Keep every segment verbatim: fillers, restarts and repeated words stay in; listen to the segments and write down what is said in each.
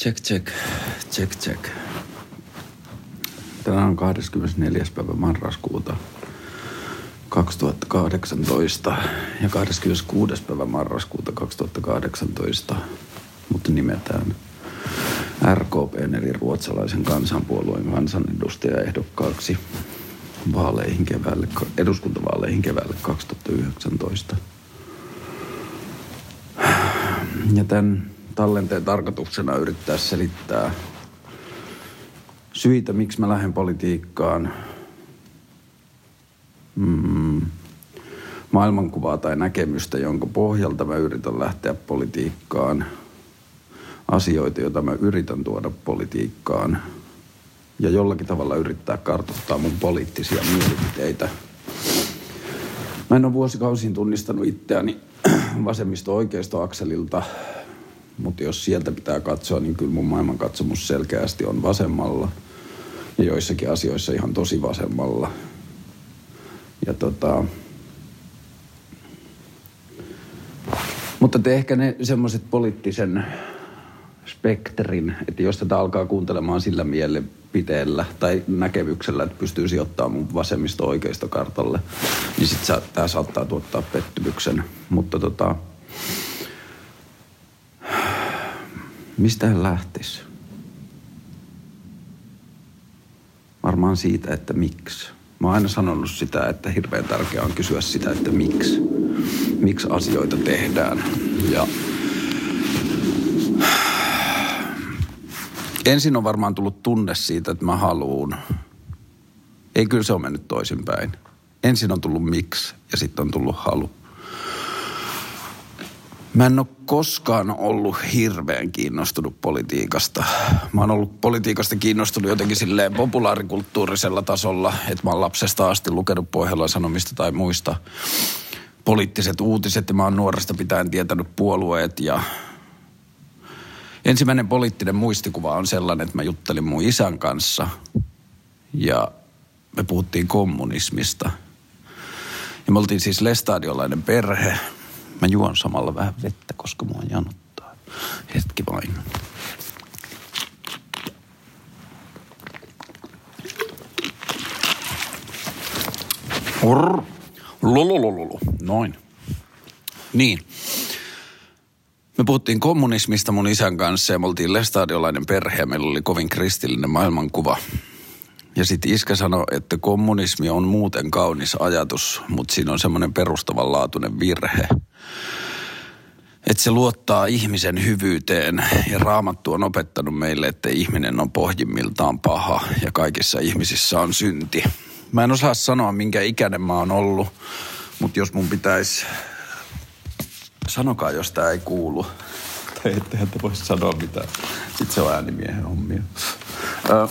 Check, check, check, check. Tänään on kahdeskymmenesneljäs päivä marraskuuta kaksituhattakahdeksantoista ja kahdeskymmeneskuudes päivä marraskuuta kaksituhattakahdeksantoista mut nimetään R K P:n eli ruotsalaisen kansanpuolueen kansanedustajaehdokkaaksi vaaleihin keväälle, eduskuntavaaleihin keväälle kaksituhattayhdeksäntoista. Ja tämän tallenteen tarkoituksena yrittää selittää syitä, miksi mä lähden politiikkaan, mm, maailmankuvaa tai näkemystä, jonka pohjalta mä yritän lähteä politiikkaan, asioita, joita mä yritän tuoda politiikkaan ja jollakin tavalla yrittää kartoittaa mun poliittisia mielipiteitä. Mä en ole vuosikausiin tunnistanut itseäni vasemmisto-oikeisto-akselilta, mutta jos sieltä pitää katsoa, niin kyllä mun maailmankatsomus selkeästi on vasemmalla ja joissakin asioissa ihan tosi vasemmalla. Ja tota... Mutta te ehkä ne semmoiset poliittisen spektrin, että jos tätä alkaa kuuntelemaan sillä mielipiteellä tai näkemyksellä, että pystyy sijoittamaan mun vasemmisto-oikeistokartalle, niin sit sa- tää saattaa tuottaa pettymyksen. Mutta tota... Mistä hän lähtisi? Varmaan siitä, että miksi. Mä oon aina sanonut sitä, että hirveän tärkeää on kysyä sitä, että miksi. Miksi asioita tehdään. Ja ensin on varmaan tullut tunne siitä, että mä haluun. Ei, kyllä se on mennyt toisinpäin. Ensin on tullut miksi ja sitten on tullut halu. Mä en ole koskaan ollut hirveän kiinnostunut politiikasta. Mä oon ollut politiikasta kiinnostunut jotenkin silleen populaarikulttuurisella tasolla, että mä oon lapsesta asti lukenut Pohjolan Sanomista tai muista poliittiset uutiset, ja mä oon nuoresta pitäen tietänyt puolueet. Ja ensimmäinen poliittinen muistikuva on sellainen, että mä juttelin mun isän kanssa ja me puhuttiin kommunismista. Ja me oltiin siis lestadiolainen perhe. Mä juon samalla vähän vettä, koska mua janottaa. Hetki vain. Urr. Lululululu. Noin. Niin. Me puhuttiin kommunismista mun isän kanssa ja me oltiin lestadiolainen perhe ja meillä oli kovin kristillinen maailmankuva. Ja sitten iskä sanoi, että kommunismi on muuten kaunis ajatus, mutta siinä on semmoinen perustavanlaatuinen virhe. Että se luottaa ihmisen hyvyyteen ja Raamattu on opettanut meille, että ihminen on pohjimmiltaan paha ja kaikissa ihmisissä on synti. Mä en osaa sanoa, minkä ikäinen mä oon ollut, mutta jos mun pitäisi... Sanokaa, jos tää ei kuulu. Tai ettehän te voisi sanoa mitään. Sitten se on äänimiehen hommia. Ö...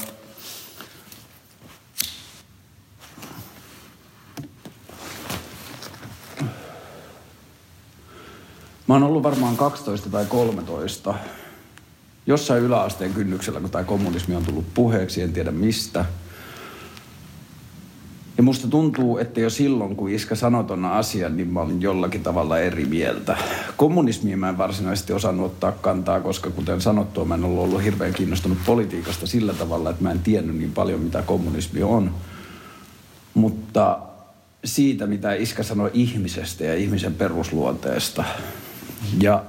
Mä oon ollut varmaan kaksitoista tai kolmetoista. Jossain yläasteen kynnyksellä, kun tää kommunismi on tullut puheeksi, en tiedä mistä. Ja musta tuntuu, että jo silloin, kun iskä sanoi ton asian, niin mä olin jollakin tavalla eri mieltä. Kommunismiin mä en varsinaisesti osannut ottaa kantaa, koska kuten sanottua, mä en ollut ollut hirveän kiinnostunut politiikasta sillä tavalla, että mä en tiennyt niin paljon, mitä kommunismi on. Mutta siitä, mitä iskä sanoi ihmisestä ja ihmisen perusluonteesta. Ja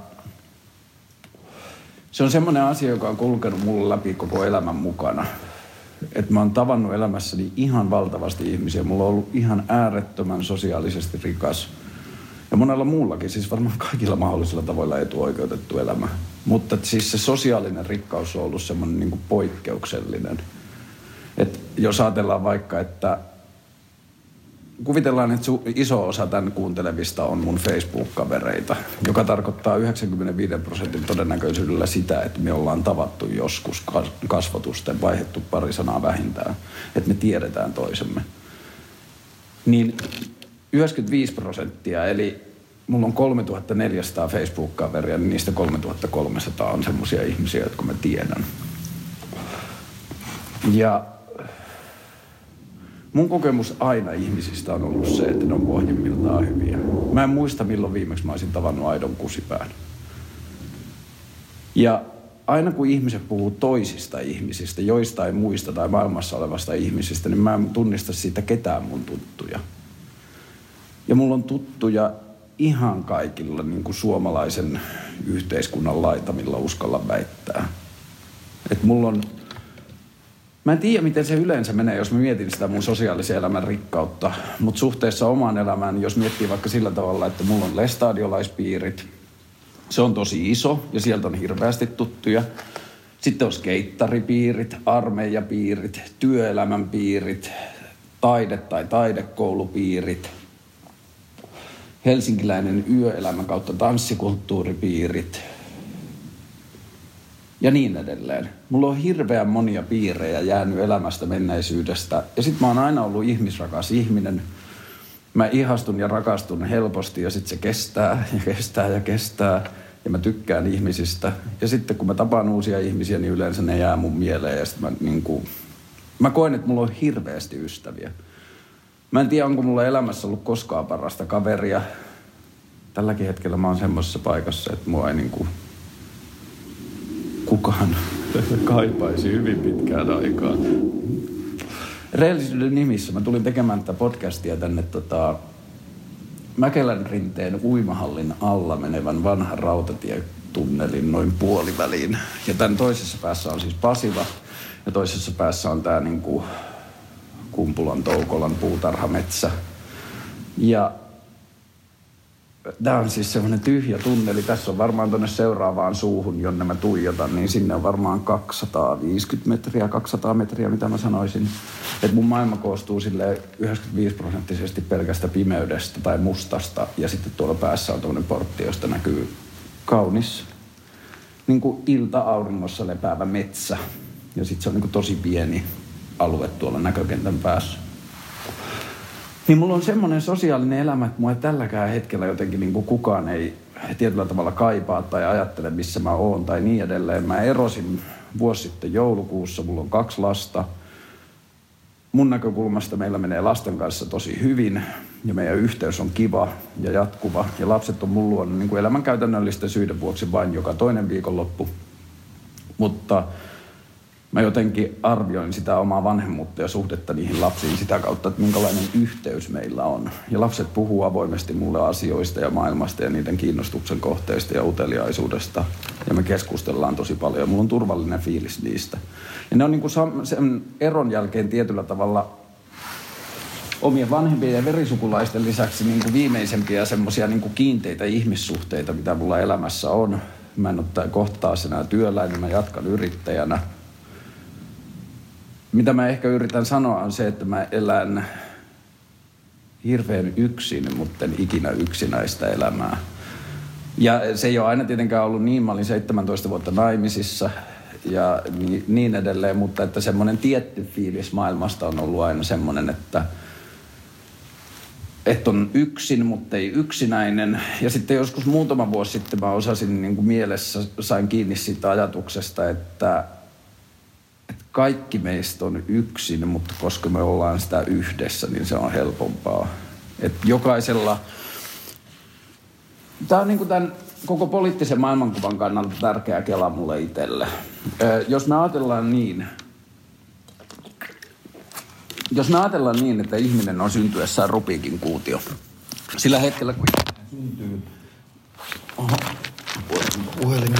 se on semmoinen asia, joka on kulkenut mulle läpi koko elämän mukana. Että mä oon tavannut elämässäni ihan valtavasti ihmisiä. Mulla on ollut ihan äärettömän sosiaalisesti rikas. Ja monella muullakin, siis varmaan kaikilla mahdollisilla tavoilla etuoikeutettu elämä. Mutta siis se sosiaalinen rikkaus on ollut semmoinen niin kuin poikkeuksellinen. Että jos ajatellaan vaikka, että kuvitellaan, että iso osa tämän kuuntelevista on mun Facebook-kavereita, joka tarkoittaa yhdeksänkymmentäviisi prosentin todennäköisyydellä sitä, että me ollaan tavattu joskus kasvotusten, vaihdettu pari sanaa vähintään, että me tiedetään toisemme. Niin yhdeksänkymmentäviisi prosenttia, eli mulla on kolmetuhattaneljäsataa Facebook-kaveria, niin niistä kolmetuhattakolmesataa on semmoisia ihmisiä, jotka mä tiedän. Ja mun kokemus aina ihmisistä on ollut se, että ne on pohjimmiltaan hyviä. Mä en muista, milloin viimeksi mä olisin tavannut aidon kusipään. Ja aina kun ihmiset puhuu toisista ihmisistä, joistain muista tai maailmassa olevasta ihmisistä, niin mä en tunnista siitä ketään mun tuttuja. Ja mulla on tuttuja ihan kaikilla niin kuin suomalaisen yhteiskunnan laitamilla uskalla väittää. Että mulla on... Mä en tiedä, miten se yleensä menee, jos mä mietin sitä mun sosiaalisen elämän rikkautta, mutta suhteessa omaan elämään, jos miettii vaikka sillä tavalla, että mulla on lestadiolaispiirit, se on tosi iso ja sieltä on hirveästi tuttuja. Sitten on skeittaripiirit, armeijapiirit, työelämän piirit, taide- tai taidekoulupiirit, helsinkiläinen yöelämä kautta tanssikulttuuripiirit ja niin edelleen. Mulla on hirveän monia piirejä jäänyt elämästä menneisyydestä ja sit mä oon aina ollut ihmisrakas ihminen. Mä ihastun ja rakastun helposti ja sit se kestää ja kestää ja kestää ja mä tykkään ihmisistä. Ja sitten kun mä tapaan uusia ihmisiä, niin yleensä ne jää mun mieleen ja sit mä niinku... Mä koen, että mulla on hirveästi ystäviä. Mä en tiedä, onko mulla elämässä ollut koskaan parasta kaveria. Tälläkin hetkellä mä oon semmoisessa paikassa, että mua ei niinku kukaan kaipaisi hyvin pitkään aikaa. Rehellisyyden nimissä mä tulin tekemään tätä podcastia tänne tota, Mäkelän rinteen uimahallin alla menevän vanhan rautatietunnelin noin puoliväliin. Ja tämän toisessa päässä on siis Pasila ja toisessa päässä on tää niinku Kumpulan Toukolan puutarhametsä. Ja tää on siis semmonen tyhjä tunneli. Tässä on varmaan tonne seuraavaan suuhun, jonne mä tuijotan, niin sinne on varmaan kaksisataaviisikymmentä metriä, kaksisataa metriä, mitä mä sanoisin. Että mun maailma koostuu silleen yhdeksänkymmentäviisi prosenttisesti pelkästä pimeydestä tai mustasta. Ja sitten tuolla päässä on tommonen portti, josta näkyy kaunis niin kuin ilta-auringossa lepäävä metsä. Ja sitten se on niin kuin tosi pieni alue tuolla näkökentän päässä. Niin mulla on semmoinen sosiaalinen elämä, että mua ei tälläkään hetkellä jotenkin niin kuin kukaan ei tietyllä tavalla kaipaa tai ajattele, missä mä oon tai niin edelleen. Mä erosin vuosi sitten joulukuussa, mulla on kaksi lasta. Mun näkökulmasta meillä menee lasten kanssa tosi hyvin ja meidän yhteys on kiva ja jatkuva. Ja lapset on mun luonut niin kuin elämän käytännöllisten syiden vuoksi vain joka toinen viikonloppu. Mutta mä jotenkin arvioin sitä omaa vanhemmuutta ja suhdetta niihin lapsiin sitä kautta, että minkälainen yhteys meillä on. Ja lapset puhuu avoimesti mulle asioista ja maailmasta ja niiden kiinnostuksen kohteista ja uteliaisuudesta. Ja me keskustellaan tosi paljon. Mulla on turvallinen fiilis niistä. Ja ne on niin kuin sen eron jälkeen tietyllä tavalla omien vanhempien ja verisukulaisten lisäksi niin kuin viimeisempiä semmoisia niin kuin kiinteitä ihmissuhteita, mitä mulla elämässä on. Mä en ole kohtaa enää työläinen, mä jatkan yrittäjänä. Mitä mä ehkä yritän sanoa on se, että mä elän hirveän yksin, mutta en ikinä yksinäistä elämää. Ja se ei ole aina tietenkään ollut niin. Mä olin seitsemäntoista vuotta naimisissa ja niin edelleen, mutta että semmoinen tietty fiilis maailmasta on ollut aina semmoinen, että, että on yksin, mutta ei yksinäinen. Ja sitten joskus muutama vuosi sitten mä osasin niin kuin mielessä, sain kiinni siitä ajatuksesta, että kaikki meistä on yksin, mutta koska me ollaan sitä yhdessä, niin se on helpompaa. Että jokaisella... Tämä on niin kuin tämän koko poliittisen maailmankuvan kannalta tärkeä kela mulle itselle. Jos me ajatellaan niin... Jos me ajatellaan niin, että ihminen on syntyessään Rubikin kuutio. Sillä hetkellä, kun syntyy... Oho, puhelimen.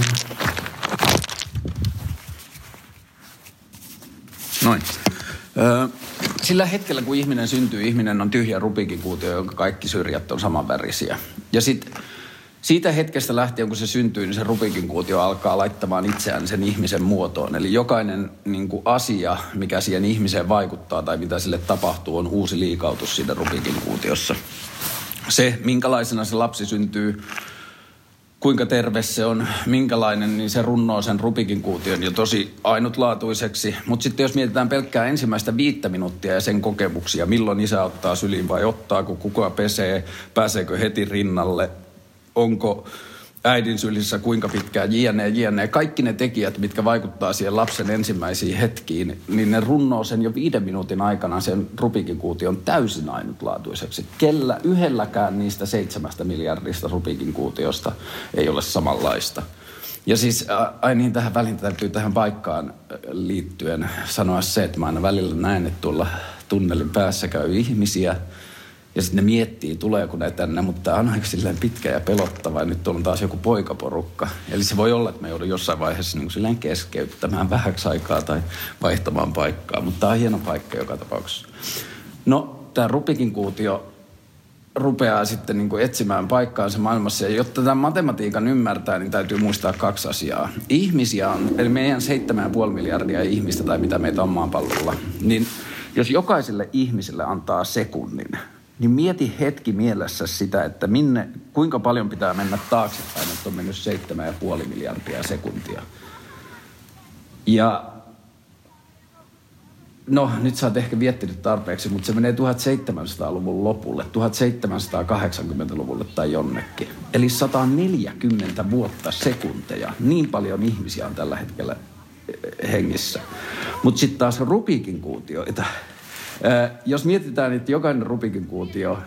Noin. Öö, sillä hetkellä, kun ihminen syntyy, ihminen on tyhjä Rubikin kuutio, jonka kaikki syrjät on samanvärisiä. Ja sitten siitä hetkestä lähtien, kun se syntyy, niin se Rubikin kuutio alkaa laittamaan itseään sen ihmisen muotoon. Eli jokainen niin kuin asia, mikä siihen ihmiseen vaikuttaa tai mitä sille tapahtuu, on uusi liikautus siinä Rubikin kuutiossa. Se, minkälaisena se lapsi syntyy, kuinka terve se on, minkälainen, niin se runnoo sen Rubikin kuution jo tosi ainutlaatuiseksi. Mutta sitten jos mietitään pelkkää ensimmäistä viittä minuuttia ja sen kokemuksia, milloin isä ottaa syliin vai ottaako, kuka pesee, pääseekö heti rinnalle, onko äidin sylissä kuinka pitkään, jne, jne. Kaikki ne tekijät, mitkä vaikuttaa siihen lapsen ensimmäisiin hetkiin, niin ne runnoo sen jo viiden minuutin aikana sen Rubikin kuution täysin ainutlaatuiseksi. Kellä yhdelläkään niistä seitsemästä miljardista Rubikin kuutiosta ei ole samanlaista. Ja siis ai niin, tähän väliin täytyy tähän paikkaan liittyen sanoa se, että mä aina välillä näen, että tuolla tunnelin päässä käy ihmisiä ja sitten ne miettii, tuleeko ne tänne, mutta tämä on aika silleen pitkä ja pelottava ja nyt tuolla on taas joku poikaporukka. Eli se voi olla, että mä joudun jossain vaiheessa niin silleen keskeyttämään vähäksi aikaa tai vaihtamaan paikkaa, mutta tämä on hieno paikka joka tapauksessa. No, tämä Rubikin kuutio rupeaa sitten niin kuin etsimään paikkaansa maailmassa. Ja jotta tämän matematiikan ymmärtää, niin täytyy muistaa kaksi asiaa. Ihmisiä on, eli meidän seitsemän pilkku viisi miljardia ihmistä tai mitä meitä on maapallolla, niin jos jokaiselle ihmiselle antaa sekunnin, niin mieti hetki mielessä sitä, että minne, kuinka paljon pitää mennä taaksepäin, että on mennyt seitsemän pilkku viisi miljardia sekuntia. Ja no, nyt sä oot ehkä viettinyt tarpeeksi, mutta se menee tuhatseitsemänsataaluvun lopulle, tuhatseitsemänsataakahdeksankymmentäluvulle tai jonnekin. Eli sata neljäkymmentä vuotta sekunteja. Niin paljon ihmisiä on tällä hetkellä hengissä. Mutta sitten taas Rubikin kuutioita. Ää, jos mietitään, että jokainen Rubikin kuutio,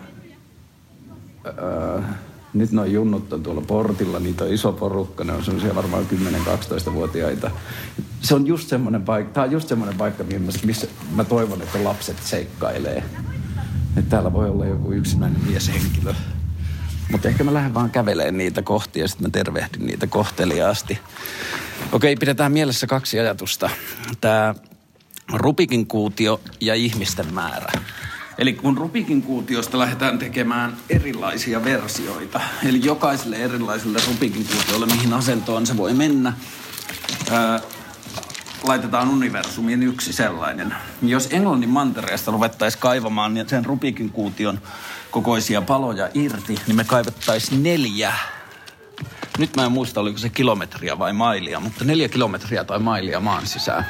ää, nyt nuo junnut on tuolla portilla, niitä on iso porukka, ne on semmoisia varmaan kymmenen-kaksitoista-vuotiaita. Se on just semmoinen paikka, tää on just semmoinen paikka, missä mä toivon, että lapset seikkailee. Että täällä voi olla joku yksinäinen mieshenkilö. Mutta ehkä mä lähden vaan kävelemään niitä kohti ja sitten mä tervehdin niitä kohteliaasti. Okei, pidetään mielessä kaksi ajatusta. Tää Rubikin kuutio ja ihmisten määrä. Eli kun Rubikin kuutiosta lähdetään tekemään erilaisia versioita, eli jokaiselle erilaiselle Rubikin kuutiolle, mihin asentoon se voi mennä, ää, laitetaan universumiin yksi sellainen. Jos Englannin mantereesta ruvettaisiin kaivamaan niin sen Rubikin kuution kokoisia paloja irti, niin me kaivettaisiin neljä. Nyt mä en muista, oliko se kilometriä vai mailia, mutta neljä kilometriä tai mailia maan sisään.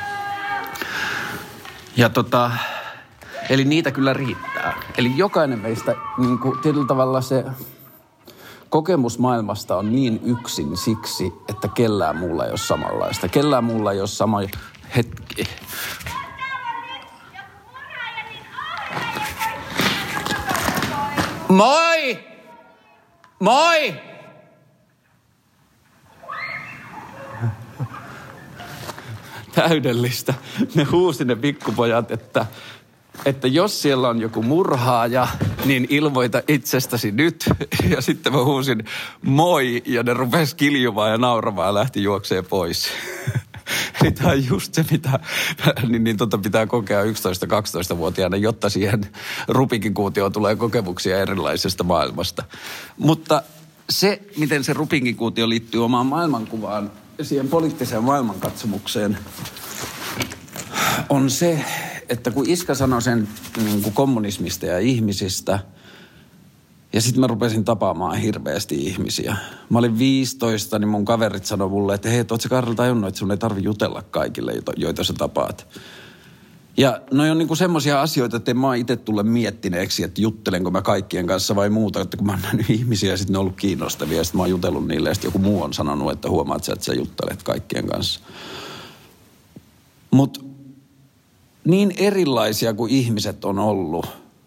Ja tota, eli niitä kyllä riittää. Eli jokainen meistä, niin kuin tietyllä tavalla se kokemus maailmasta on niin yksin siksi, että kellään muulla ei ole samanlaista. Kellään muulla ei ole sama hetki. Moi! Moi! Täydellistä. Ne huusi ne pikkupojat, että, että jos siellä on joku murhaaja, niin ilmoita itsestäsi nyt. Ja sitten mä huusin moi, ja ne rupesi kiljumaan ja nauramaan ja lähti juokseen pois. Eli tämä on just se, mitä niin, niin tota pitää kokea yksitoista-kaksitoista-vuotiaana, jotta siihen Rubikin kuutioon tulee kokemuksia erilaisesta maailmasta. Mutta se, miten se Rubikin kuutio liittyy omaan maailmankuvaan, siihen poliittiseen maailmankatsomukseen, on se, että kun iskä sanoi sen niin kuin kommunismista ja ihmisistä, ja sitten mä rupesin tapaamaan hirveästi ihmisiä. Mä olin viisitoista, niin mun kaverit sanoi mulle, että hei, ootko sä Karl tajunnut, että sun ei tarvitse jutella kaikille, joita sä tapaat. Ja ne on niinku semmoisia asioita, että en mä itse tule miettineeksi, että juttelenko mä kaikkien kanssa vai muuta. Että kun mä oon nähnyt ihmisiä ja sitten ne on ollut kiinnostavia ja sitten mä oon jutellut niille ja sitten joku muu on sanonut, että huomaat sä, että sä juttelet kaikkien kanssa. Mutta niin erilaisia kuin ihmiset on ollut,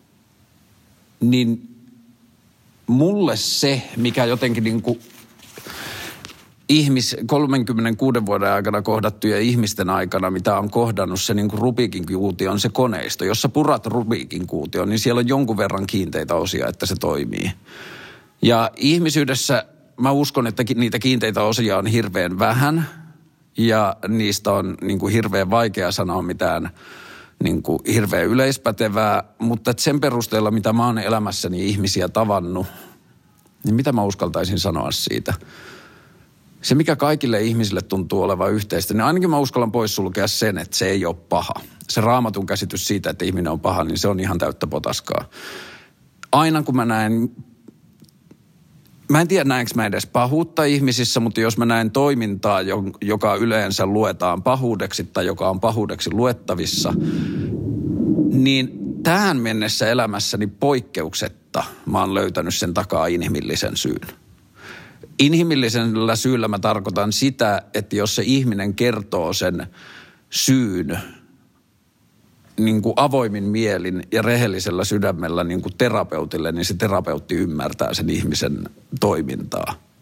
niin mulle se, mikä jotenkin niinku ihmis, kolmenkymmenenkuuden vuoden aikana kohdattuja ihmisten aikana, mitä on kohdannut se niin kuin Rubikin kuutio, on se koneisto. Jos sä purat Rubikin kuutio, niin siellä on jonkun verran kiinteitä osia, että se toimii. Ja ihmisyydessä mä uskon, että niitä kiinteitä osia on hirveän vähän ja niistä on niin kuin hirveän vaikea sanoa mitään niin kuin hirveän yleispätevää, mutta sen perusteella, mitä mä oon elämässäni ihmisiä tavannut, niin mitä mä uskaltaisin sanoa siitä? Se, mikä kaikille ihmisille tuntuu olevan yhteistä, niin ainakin mä uskallan poissulkea sen, että se ei ole paha. Se Raamatun käsitys siitä, että ihminen on paha, niin se on ihan täyttä potaskaa. Aina kun mä näen, mä en tiedä näenkö mä edes pahuutta ihmisissä, mutta jos mä näen toimintaa, joka yleensä luetaan pahuudeksi tai joka on pahuudeksi luettavissa, niin tähän mennessä elämässäni poikkeuksetta mä oon löytänyt sen takaa inhimillisen syyn. Inhimillisellä syyllä mä tarkoitan sitä, että jos se ihminen kertoo sen syyn niin kuin avoimin mielin ja rehellisellä sydämellä niin kuin terapeutille, niin se terapeutti ymmärtää sen ihmisen toimintaa.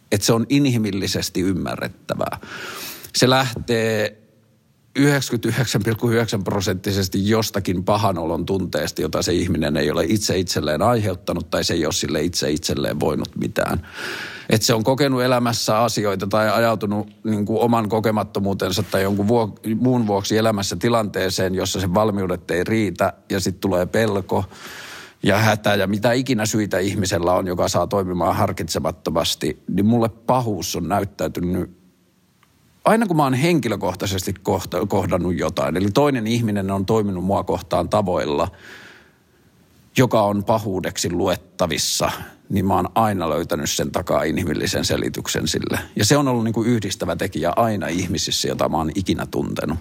Että se on inhimillisesti ymmärrettävää. Se lähtee yhdeksänkymmentäyhdeksän pilkku yhdeksän prosenttisesti jostakin pahanolon tunteesta, jota se ihminen ei ole itse itselleen aiheuttanut tai se ei ole sille itse itselleen voinut mitään. Että se on kokenut elämässä asioita tai ajautunut niin kuin oman kokemattomuutensa tai jonkun vuok- muun vuoksi elämässä tilanteeseen, jossa se valmiudet ei riitä ja sitten tulee pelko ja hätä ja mitä ikinä syitä ihmisellä on, joka saa toimimaan harkitsemattomasti, niin mulle pahuus on näyttäytynyt aina kun mä oon henkilökohtaisesti kohta, kohdannut jotain, eli toinen ihminen on toiminut mua kohtaan tavoilla, joka on pahuudeksi luettavissa, niin mä oon aina löytänyt sen takaa inhimillisen selityksen sille. Ja se on ollut niin kuin yhdistävä tekijä aina ihmisissä, jota mä oon ikinä tuntenut.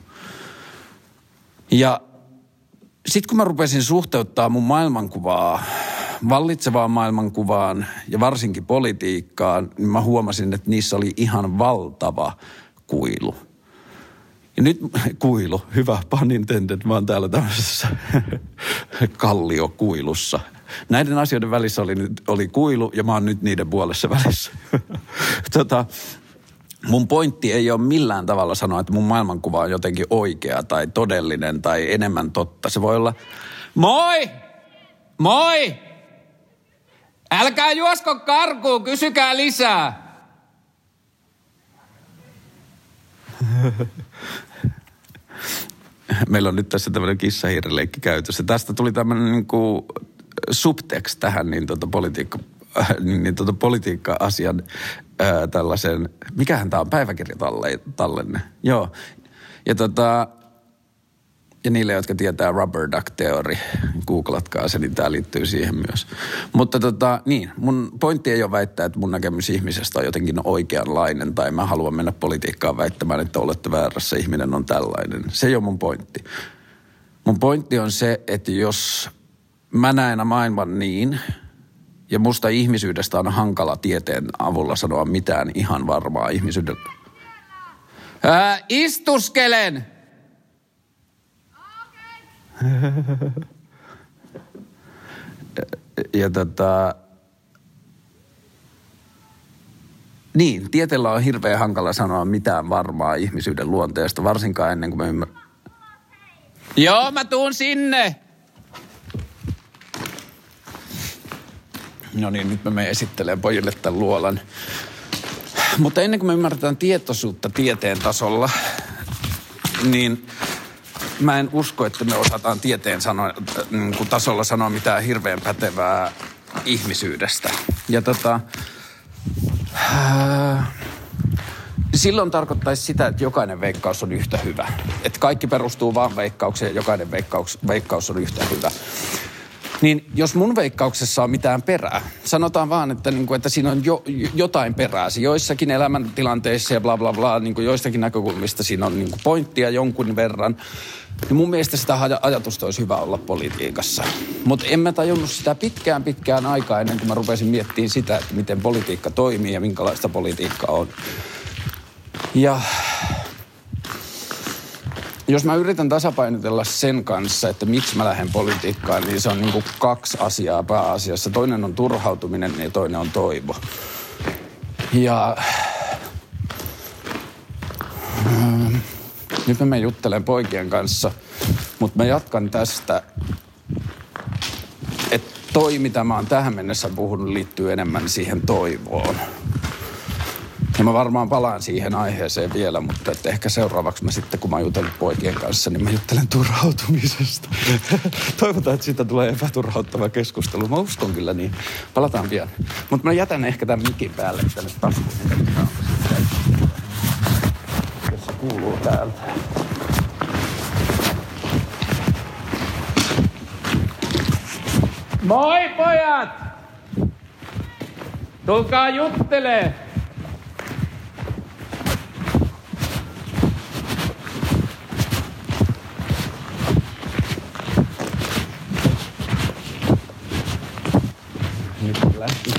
Ja sit kun mä rupesin suhteuttaa mun maailmankuvaa, vallitsevaan maailmankuvaan ja varsinkin politiikkaan, niin mä huomasin, että niissä oli ihan valtava kuilu. Ja nyt kuilu, hyvä, pun intended, mä oon täällä tämmöisessä kalliokuilussa. Näiden asioiden välissä oli, oli kuilu ja mä oon nyt niiden puolessa välissä. tota, mun pointti ei ole millään tavalla sanoa, että mun maailmankuva on jotenkin oikea tai todellinen tai enemmän totta. Se voi olla, moi! Moi! Älkää juosko karkuun, kysykää lisää. Meillä on nyt tässä tämmöinen kissahiirileikki käytössä. Tästä tuli tämmöinen niin kuin subtext tähän niin tuota politiikka, äh, niin tuota politiikka-asian äh, tällaisen, mikähän tämä on, päiväkirjatallenne. Joo. Ja tota, ja niille, jotka tietää rubber duck theory, googlatkaa se, niin tämä liittyy siihen myös. Mutta tota, niin, mun pointti ei ole väittää, että mun näkemys ihmisestä on jotenkin oikeanlainen, tai mä haluan mennä politiikkaan väittämään, että olette väärässä, ihminen on tällainen. Se ei ole mun pointti. Mun pointti on se, että jos mä näen maailman niin, ja musta ihmisyydestä on hankala tieteen avulla sanoa mitään ihan varmaa ihmisyydellä. Ää, istuskelen! ja tota, niin, tieteellä on hirveän hankala sanoa mitään varmaa ihmisyyden luonteesta, varsinkaan ennen kuin me ymmärrän. Joo, mä tuun sinne! No niin, nyt mä menen esittelen pojille tämän luolan. Mutta ennen kuin me ymmärretään tietoisuutta tieteen tasolla, niin mä en usko, että me osataan tieteen sano, niin kuin tasolla sanoa mitään hirveän pätevää ihmisyydestä. Ja tota, äh, silloin tarkoittaisi sitä, että jokainen veikkaus on yhtä hyvä. Että kaikki perustuu vaan veikkaukseen ja jokainen veikkaus, veikkaus on yhtä hyvä. Niin jos mun veikkauksessa on mitään perää, sanotaan vaan, että, niin kuin, että siinä on jo, jotain perää. Joissakin elämäntilanteissa ja bla bla bla, niin kuin joistakin näkökulmista siinä on niin kuin pointtia jonkun verran. Niin mun mielestä sitä ajatusta olisi hyvä olla politiikassa. Mutta en mä tajunnut sitä pitkään pitkään aikaa ennen kuin mä rupesin miettimään sitä, että miten politiikka toimii ja minkälaista politiikka on. Ja jos mä yritän tasapainotella sen kanssa, että miksi mä lähden politiikkaan, niin se on niin kuin kaksi asiaa pääasiassa. Toinen on turhautuminen ja toinen on toivo. Ja ähm, nyt mä menen juttelemaan poikien kanssa, mutta mä jatkan tästä, että toi, mitä mä oon tähän mennessä puhunut, liittyy enemmän siihen toivoon. Ja mä varmaan palaan siihen aiheeseen vielä, mutta että ehkä seuraavaksi mä sitten, kun mä oon jutellut poikien kanssa, niin mä juttelen turhautumisesta. Toivotaan, että siitä tulee epäturhauttava keskustelu. Mä uskon kyllä niin. Palataan pian. Mutta mä jätän ehkä tämän mikin päälle tänne taskuun. Jos se kuuluu täältä. Moi pojat! Tulkaa juttelee! Lähti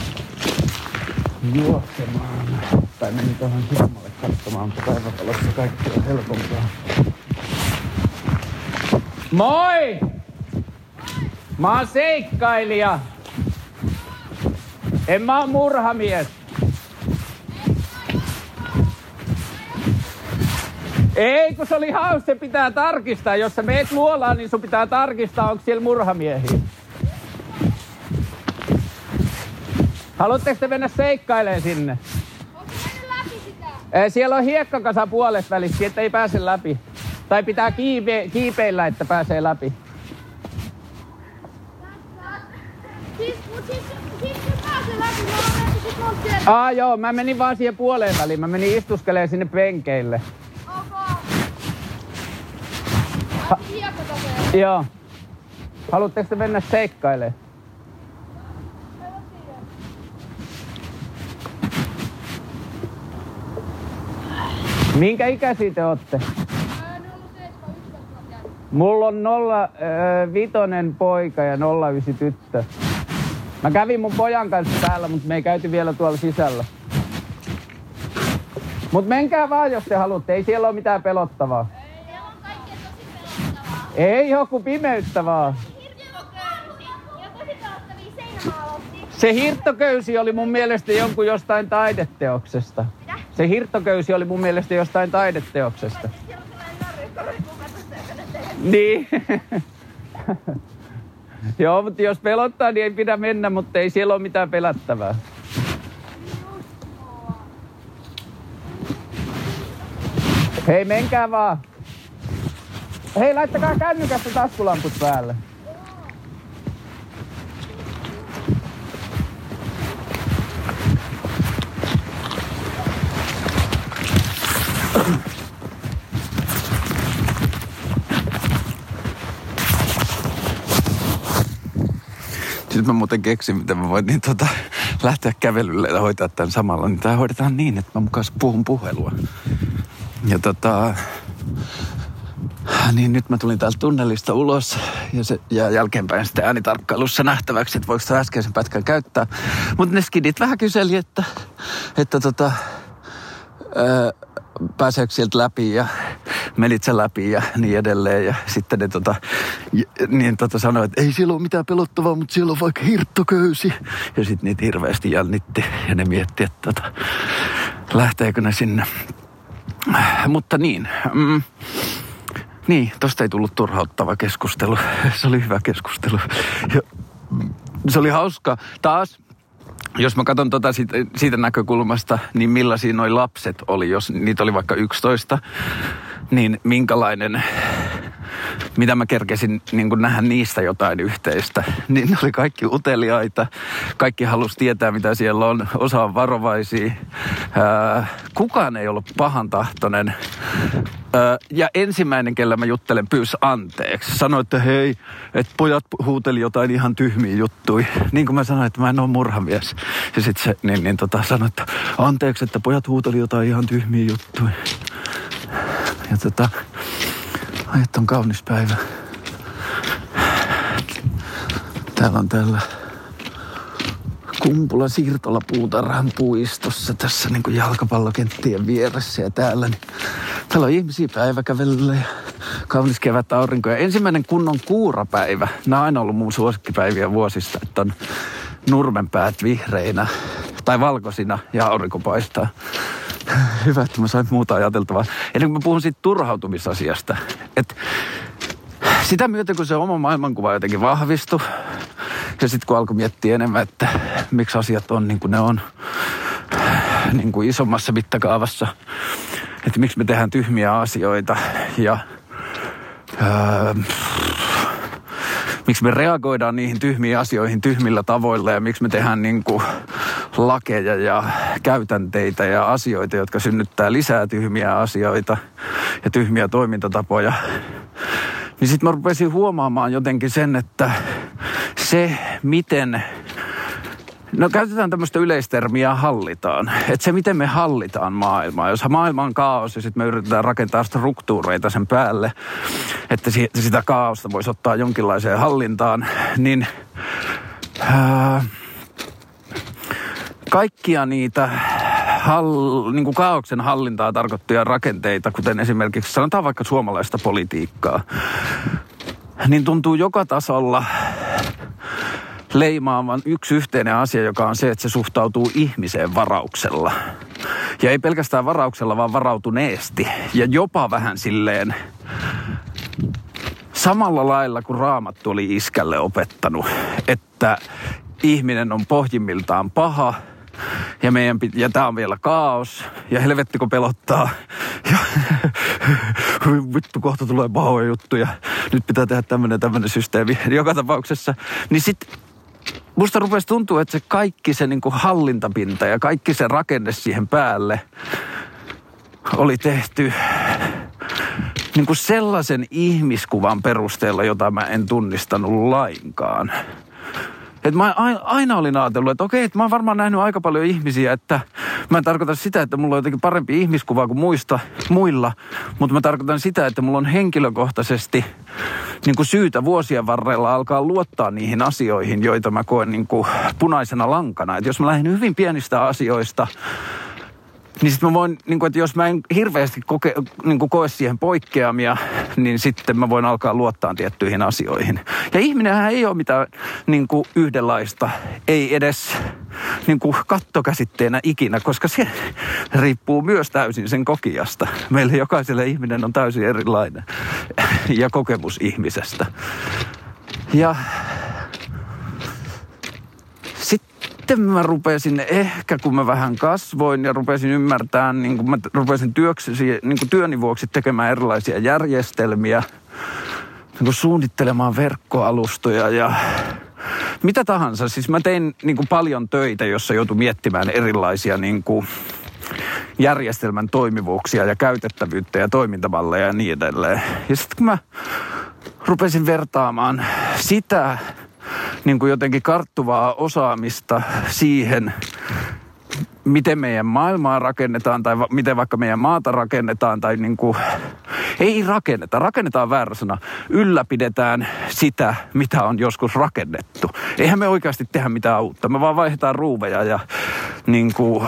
juoksemaan. Tai meni tuohon hiemalle katsomaan, mutta päiväpalossa kaikki on helpompaa. Moi! Mä oon seikkailija. En mä oon murhamies. Ei, kun se oli hauska, se pitää tarkistaa. Jos sä meet luolaan, niin sun pitää tarkistaa, onko siellä murhamiehiä. Haluatteko te mennä seikkailemaan sinne? Onko mennyt läpi sitä? Siellä on hiekkakasa puolesta välissä, että ei pääse läpi. Tai pitää kiipe- kiipeillä, että pääsee läpi. Siis, mut siis, siis kun pääsee läpi, niin on mennyt sit monta siellä. Aa joo, mä menin vaan siihen puoleen väliin. Mä menin istuskelemaan sinne penkeille. Ok. Lähti hiekkataseelle. Joo. Haluatteko te mennä seikkailemaan? Minkä ikäisiä te ootte? Mulla on nolla vitonen poika ja nolla ysi tyttö. Mä kävin mun pojan kanssa täällä, mutta me ei käyty vielä tuolla sisällä. Mut menkää vaan, jos te haluatte. Ei siellä ole mitään pelottavaa. Ei, siellä on kaikkea tosi pelottavaa. Ei joku pimeyttä vaan. Hirttoköysi ja tosi pelottavia seinämaalausia. Se hirttoköysi oli mun mielestä jonkun jostain taideteoksesta. Mitä? Se hirttoköysi oli mun mielestä jostain taideteoksesta. Siellä on sellainen narri, joka kuvatusta, joka ne tehdään. Niin. Joo, mutta jos pelottaa, niin ei pidä mennä, mutta ei siellä ole mitään pelättävää. Hei, menkää vaan. Hei, laittakaa kännykästä taskulamput päälle. Sitten mä muuten keksin, miten mä voin niin tota, lähteä kävelylle ja hoitaa tämän samalla. Niin tää hoidetaan niin, että mä mukaan puhun puhelua. Ja tota... Niin nyt mä tulin täältä tunnelista ulos ja se jää jälkeenpäin sitten äänitarkkailussa nähtäväksi, että voiko sitä äskeisen pätkän käyttää. Mutta ne skidit vähän kyseli, että, että tota, ää, pääseekö sieltä läpi ja menit sä läpi ja niin edelleen. Ja sitten ne tota, niin tota sanoi, että ei siellä ole mitään pelottavaa, mutta siellä on vaikka hirttoköysi. Ja sitten niitä hirveästi jännitti ja ne mietti, että tota, lähteekö ne sinne. Mutta niin... Mm, Niin, tosta ei tullut turhauttava keskustelu. Se oli hyvä keskustelu. Ja se oli hauska. Taas, jos mä katson tota siitä, siitä näkökulmasta, niin millaisia noi lapset oli, jos niitä oli vaikka yksitoista, niin minkälainen, mitä mä kerkesin niin kun nähdä niistä jotain yhteistä. Niin ne oli kaikki uteliaita, kaikki halusi tietää, mitä siellä on, osa on varovaisia. Ää, kukaan ei ollut pahantahtoinen. Ää, ja ensimmäinen, kellä mä juttelen, pyysi anteeksi. Sanoi, että hei, että pojat huuteli jotain ihan tyhmiä juttuja. Niin kuin mä sanoin, että mä en ole murhamies. Ja sitten se niin, niin, tota, sanoi, että anteeksi, että pojat huuteli jotain ihan tyhmiä juttuja. Ja tota, ai, että on kaunis päivä. Täällä on täällä Kumpula Siirtola puutarhan puistossa tässä niin kuin jalkapallokenttien vieressä ja täällä. Niin, täällä on ihmisiä päiväkävelyllä ja kaunis kevät aurinko. Ja ensimmäinen kunnon kuurapäivä. Nämä on aina ollut mun suosikkipäiviä vuosista, että on nurmenpäät vihreinä tai valkoisina ja aurinko paistaa. Hyvä, että mä sain muuta ajateltavaa. Ennen kuin mä puhun siitä turhautumisasiasta. Että sitä myötä, kun se oma maailmankuva jotenkin vahvistui. Ja sitten kun alkoi miettiä enemmän, että miksi asiat on niin kuin ne on. Niin kuin isommassa mittakaavassa. Että miksi me tehdään tyhmiä asioita. Ja öö, miksi me reagoidaan niihin tyhmiin asioihin tyhmillä tavoilla. Ja miksi me tehdään niin kuin lakeja ja käytänteitä ja asioita, jotka synnyttää lisää tyhmiä asioita ja tyhmiä toimintatapoja. Niin sitten mä rupesin huomaamaan jotenkin sen, että se miten, no käytetään tämmöistä yleistermiä hallitaan. Että se miten me hallitaan maailmaa. Jos maailma on kaos ja sitten me yritetään rakentaa struktuureita sen päälle, että sitä kaaosta voisi ottaa jonkinlaiseen hallintaan, niin... Ää, kaikkia niitä hall, niin kuin kaaoksen hallintaa tarkoittuja rakenteita, kuten esimerkiksi sanotaan vaikka suomalaista politiikkaa, niin tuntuu joka tasolla leimaavan yksi yhteinen asia, joka on se, että se suhtautuu ihmiseen varauksella. Ja ei pelkästään varauksella, vaan varautuneesti. Ja jopa vähän silleen samalla lailla kuin Raamattu oli iskälle opettanut, että ihminen on pohjimmiltaan paha ja, meidän pit- ja tää on vielä kaos ja helvetti kun pelottaa ja vittu kohta tulee pahoja juttuja, nyt pitää tehdä tämmönen tämmönen systeemi joka tapauksessa, niin sit musta rupesi tuntua, että se kaikki se niinku hallintapinta ja kaikki se rakenne siihen päälle oli tehty niinku sellaisen ihmiskuvan perusteella, jota mä en tunnistanut lainkaan. Et mä aina olin ajatellut, että okei, että mä oon varmaan nähnyt aika paljon ihmisiä, että mä en tarkoita sitä, että mulla on jotenkin parempi ihmiskuva kuin muista, muilla, mutta mä tarkoitan sitä, että mulla on henkilökohtaisesti niin kuin syytä vuosien varrella alkaa luottaa niihin asioihin, joita mä koen niin kuin punaisena lankana. Että jos mä lähden hyvin pienistä asioista, niin sitten mä voin, niin kuin, että jos mä en hirveästi koke, niin kuin koe siihen poikkeamia, niin sitten mä voin alkaa luottaa tiettyihin asioihin. Ja ihminenhän ei ole mitään niin kuin yhdenlaista, ei edes niin kuin kattokäsitteenä ikinä, koska se riippuu myös täysin sen kokijasta. Meille jokaiselle ihminen on täysin erilainen ja kokemus ihmisestä. Ja sitten mä rupesin ehkä, kun mä vähän kasvoin ja rupesin ymmärtämään, niin kun mä rupesin työksi, niin kuin työni vuoksi tekemään erilaisia järjestelmiä, niin kuin suunnittelemaan verkkoalustoja ja mitä tahansa. Siis mä tein niin kuin paljon töitä, jossa joutui miettimään erilaisia niin kuin järjestelmän toimivuuksia ja käytettävyyttä ja toimintamalleja ja niin edelleen. Ja sitten kun mä rupesin vertaamaan sitä niin kuin jotenkin karttuvaa osaamista siihen, miten meidän maailmaa rakennetaan tai va- miten vaikka meidän maata rakennetaan tai niin kuin, ei rakenneta, rakennetaan väärä sana, ylläpidetään sitä, mitä on joskus rakennettu. Eihän me oikeasti tehdä mitään uutta, me vaan vaihdetaan ruuveja ja niin kuin,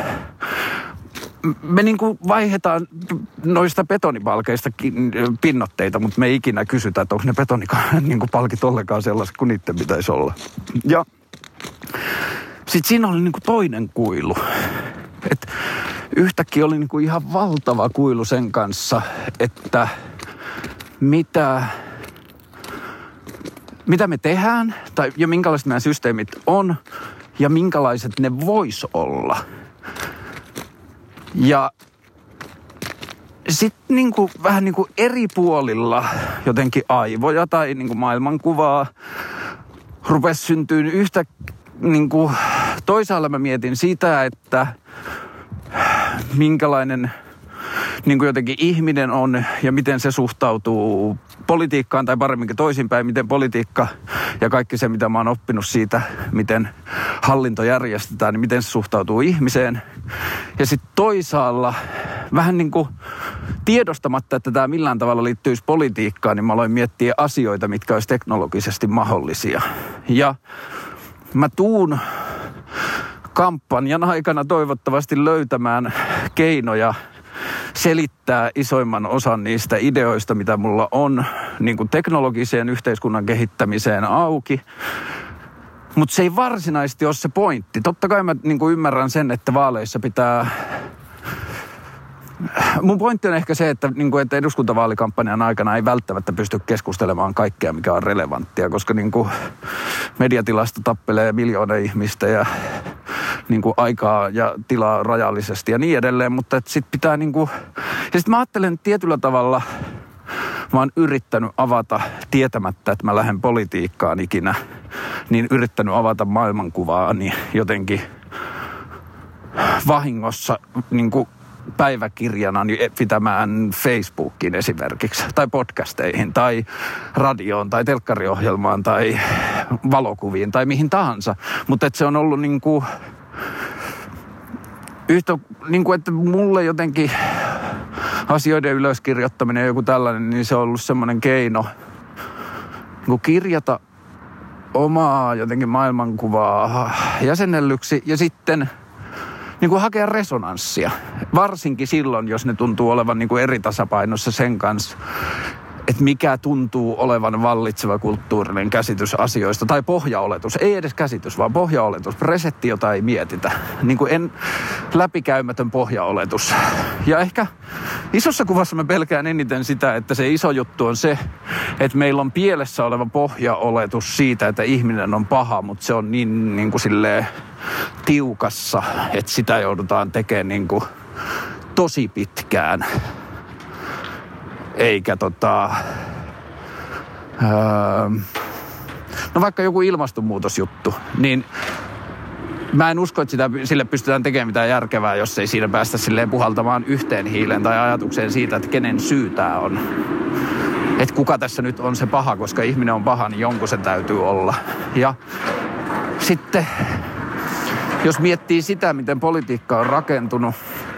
me niin kuin vaihdetaan noista betonipalkeista pinnotteita, mutta me ei ikinä kysytä, että onko ne betonipalkit ollenkaan sellaiset kuin niiden pitäisi olla. Ja sitten siinä oli niin kuin toinen kuilu. Et yhtäkkiä oli niin kuin ihan valtava kuilu sen kanssa, että mitä, mitä me tehdään tai, ja minkälaiset nämä systeemit on ja minkälaiset ne vois olla. Ja sitten niinku, vähän niinku eri puolilla jotenkin aivoja tai niinku maailmankuvaa rupesi syntyyn yhtä niinku, toisaalla mä mietin sitä, että minkälainen niinku jotenkin ihminen on ja miten se suhtautuu politiikkaan tai paremminkin toisinpäin, miten politiikka ja kaikki se, mitä mä oon oppinut siitä, miten hallinto järjestetään, niin miten se suhtautuu ihmiseen. Ja sitten toisaalla vähän niin kuin tiedostamatta, että tämä millään tavalla liittyisi politiikkaan, niin mä aloin miettiä asioita, mitkä olisi teknologisesti mahdollisia. Ja mä tuun kampanjan aikana toivottavasti löytämään keinoja selittää isoimman osan niistä ideoista, mitä mulla on niin kuin teknologiseen yhteiskunnan kehittämiseen auki. Mutta se ei varsinaisesti ole se pointti. Totta kai mä niin kuin ymmärrän sen, että vaaleissa pitää... Mun pointti on ehkä se, että, niin kuin, että eduskuntavaalikampanjan aikana ei välttämättä pysty keskustelemaan kaikkea, mikä on relevanttia, koska niin kuin mediatilasta tappelee miljoona ihmistä ja niin kuin aikaa ja tilaa rajallisesti ja niin edelleen, mutta sitten pitää niin kuin... Ja sitten mä ajattelen tietyllä tavalla, mä oon yrittänyt avata tietämättä, että mä lähden politiikkaan ikinä, niin yrittänyt avata maailmankuvaani jotenkin vahingossa niin kuin päiväkirjana pitämään Facebookiin esimerkiksi, tai podcasteihin, tai radioon, tai telkkariohjelmaan, tai valokuviin, tai mihin tahansa. Mutta se on ollut niin kuin yhtä, niin kuin, että mulle jotenkin asioiden ylöskirjoittaminen ja joku tällainen, niin se on ollut semmoinen keino niin kuin kirjata omaa jotenkin maailmankuvaa jäsennellyksi ja sitten niin kuin hakea resonanssia. Varsinkin silloin, jos ne tuntuu olevan niin kuin eri tasapainossa sen kanssa, että mikä tuntuu olevan vallitseva kulttuurinen käsitys asioista, tai pohjaoletus, ei edes käsitys, vaan pohjaoletus, presetti, jota ei mietitä, niin kuin en, läpikäymätön pohjaoletus. Ja ehkä isossa kuvassa mä pelkään eniten sitä, että se iso juttu on se, että meillä on pielessä oleva pohjaoletus siitä, että ihminen on paha, mutta se on niin, niin kuin silleen tiukassa, että sitä joudutaan tekemään niin kuin tosi pitkään. Eikä tota... Öö, no vaikka joku ilmastonmuutosjuttu, niin mä en usko, että sitä, sille pystytään tekemään mitään järkevää, jos ei siinä päästä silleen puhaltamaan yhteen hiileen tai ajatukseen siitä, että kenen syy tää on. Että kuka tässä nyt on se paha, koska ihminen on paha, niin jonkun se täytyy olla. Ja sitten, jos miettii sitä, miten politiikka on rakentunut,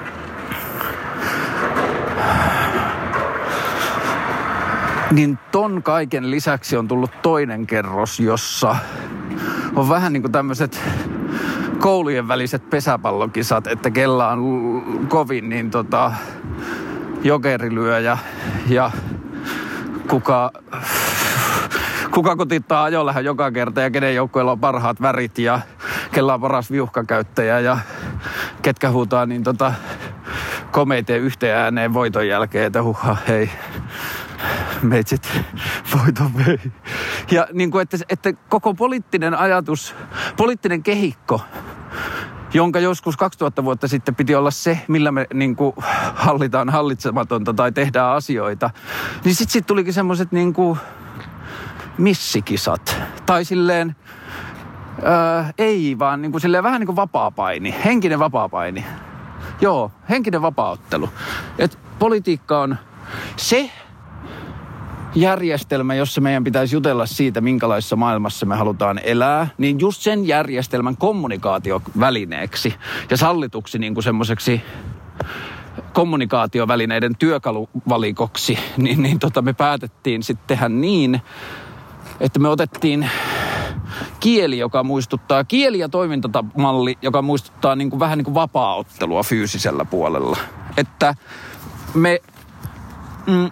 niin ton kaiken lisäksi on tullut toinen kerros, jossa on vähän niin kuin tämmöiset koulujen väliset pesäpallokisat, että kella on kovin, niin tota, jokerilyöjä ja kuka, kuka kotittaa ajolähän joka kerta ja kenen joukkueella on parhaat värit ja kella on paras viuhkakäyttäjä ja ketkä huutaa niin tota komeiten yhteen ääneen voiton jälkeen, että huha, hei. Meitsit voiton vei. Ja niin kuin, että, että koko poliittinen ajatus, poliittinen kehikko, jonka joskus kaksituhatta vuotta sitten piti olla se, millä me niin kuin hallitaan hallitsematonta tai tehdään asioita, niin sitten sit tulikin semmoiset niin kuin missikisat. Tai silleen, ää, ei vaan niin kuin silleen vähän niin kuin vapaapaini, henkinen vapaapaini. Joo, henkinen vapaaottelu. Et politiikka on se järjestelmä, jossa meidän pitäisi jutella siitä, minkälaisessa maailmassa me halutaan elää, niin just sen järjestelmän kommunikaatiovälineeksi ja sallituksi niin kuin semmoiseksi kommunikaatiovälineiden työkaluvalikoksi, niin, niin tota me päätettiin sitten tehdä niin, että me otettiin kieli, joka muistuttaa, kieli ja toimintamalli, joka muistuttaa niin kuin vähän niin kuin vapaaottelua fyysisellä puolella. Että me mm,